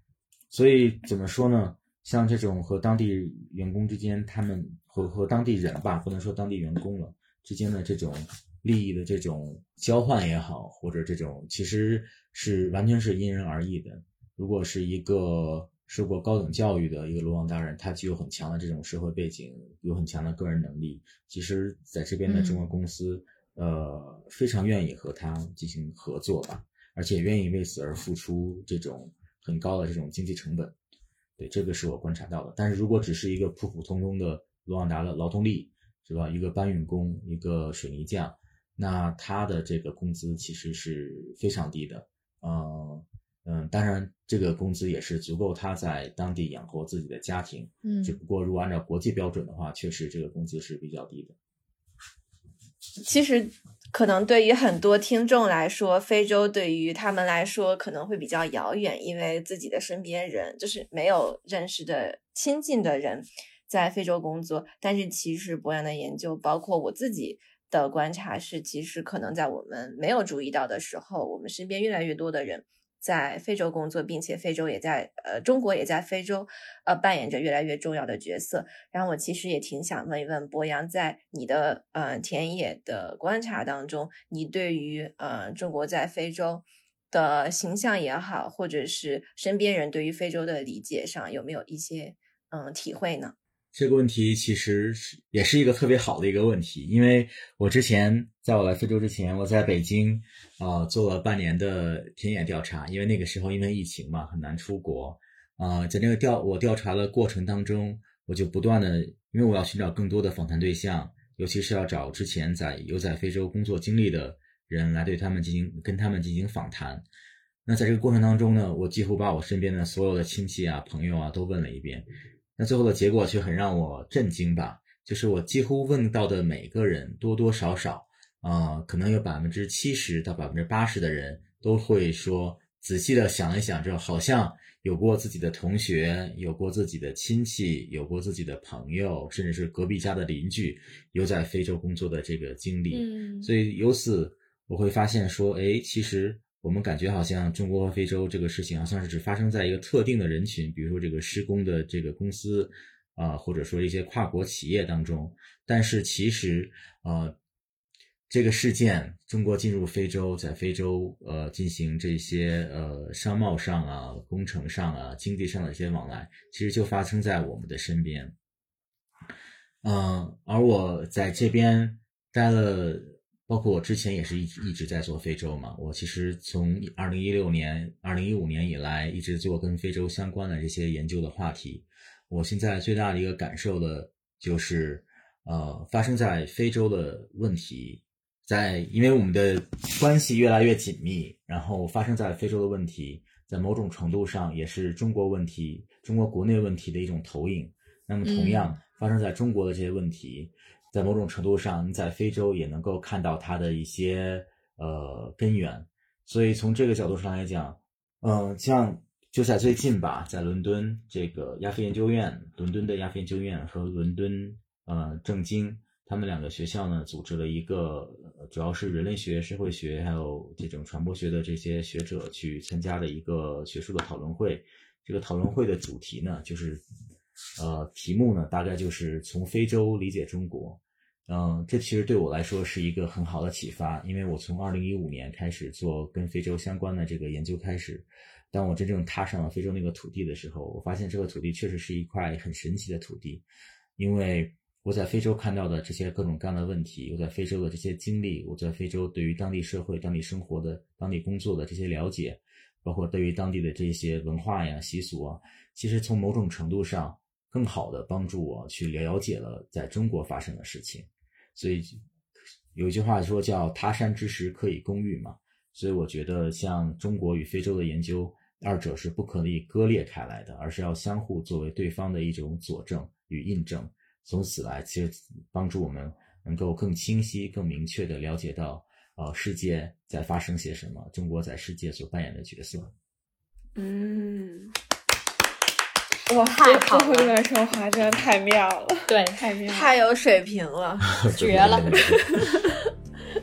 所以怎么说呢，像这种和当地员工之间，他们和和当地人吧，不能说当地员工了之间的这种利益的这种交换也好，或者这种其实是完全是因人而异的。如果是一个受过高等教育的一个卢旺达人，他具有很强的这种社会背景，有很强的个人能力，其实在这边的中国公司、嗯、呃非常愿意和他进行合作吧，而且愿意为此而付出这种很高的这种经济成本。对，这个是我观察到的。但是如果只是一个普普通通的卢旺达的劳动力，是吧？一个搬运工，一个水泥匠，那他的这个工资其实是非常低的。呃嗯，当然这个工资也是足够他在当地养活自己的家庭。嗯，只不过如果按照国际标准的话，确实这个工资是比较低的。 其实可能对于很多听众来说，非洲对于他们来说可能会比较遥远，因为自己的身边人就是没有认识的亲近的人在非洲工作。但是其实博洋的研究，包括我自己的观察是，其实可能在我们没有注意到的时候，我们身边越来越多的人在非洲工作，并且非洲也在呃，中国也在非洲呃扮演着越来越重要的角色。然后我其实也挺想问一问博洋，在你的呃田野的观察当中，你对于呃中国在非洲的形象也好，或者是身边人对于非洲的理解上，有没有一些嗯、呃、体会呢？ 这个问题其实也是一个特别好的一个问题，因为我之前在我来非洲之前，我在北京呃做了半年的田野调查，因为那个时候因为疫情嘛很难出国，呃在那个调我调查的过程当中，我就不断的，因为我要寻找更多的访谈对象，尤其是要找之前在有在非洲工作经历的人来对他们进行跟他们进行访谈。那在这个过程当中呢，我几乎把我身边的所有的亲戚啊朋友啊都问了一遍。那最后的结果却很让我震惊吧，就是我几乎问到的每个人多多少少呃，可能有 百分之七十 到 百分之八十 的人都会说，仔细的想一想之后，好像有过自己的同学，有过自己的亲戚，有过自己的朋友，甚至是隔壁家的邻居有在非洲工作的这个经历。嗯，所以由此我会发现说，诶，其实我们感觉好像中国和非洲这个事情好像是只发生在一个特定的人群，比如说这个施工的这个公司啊、呃，或者说一些跨国企业当中，但是其实呃这个事件，中国进入非洲，在非洲呃进行这些呃商贸上啊、工程上啊、经济上的一些往来，其实就发生在我们的身边。嗯、呃，而我在这边待了。包括我之前也是一直一直在做非洲嘛，我其实从二零一六年、二零一五年以来一直做跟非洲相关的这些研究的话题。我现在最大的一个感受的就是，呃，发生在非洲的问题，在因为我们的关系越来越紧密，然后发生在非洲的问题，在某种程度上也是中国问题、中国国内问题的一种投影。那么同样发生在中国的这些问题。嗯，在某种程度上，你在非洲也能够看到它的一些呃根源，所以从这个角度上来讲，嗯、呃，像就在最近吧，在伦敦这个亚非研究院，伦敦的亚非研究院和伦敦呃政经，他们两个学校呢组织了一个主要是人类学、社会学还有这种传播学的这些学者去参加的一个学术的讨论会。这个讨论会的主题呢，就是呃题目呢大概就是从非洲理解中国。嗯，这其实对我来说是一个很好的启发，因为我从二零一五年开始做跟非洲相关的这个研究开始，当我真正踏上了非洲那个土地的时候，我发现这个土地确实是一块很神奇的土地，因为我在非洲看到的这些各种各样的问题，我在非洲的这些经历，我在非洲对于当地社会、当地生活的、当地工作的这些了解，包括对于当地的这些文化呀、习俗啊，其实从某种程度上更好的帮助我去了解了在中国发生的事情。所以有一句话说叫他山之石可以攻玉嘛，所以我觉得像中国与非洲的研究，二者是不可以割裂开来的，而是要相互作为对方的一种佐证与印证，从此来其实帮助我们能够更清晰更明确地了解到呃世界在发生些什么，中国在世界所扮演的角色。 嗯，哇，太好了！最后这段说话真的太妙了， 对， 太妙了， 太有水平了， 绝了。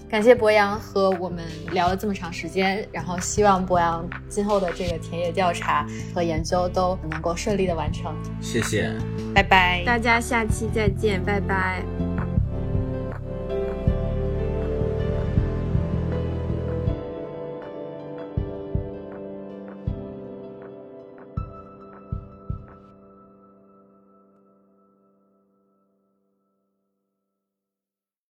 感谢博洋和我们聊了这么长时间，然后希望博洋今后的这个田野调查和研究都能够顺利的完成。 谢谢， 拜拜， 大家下期再见，拜拜。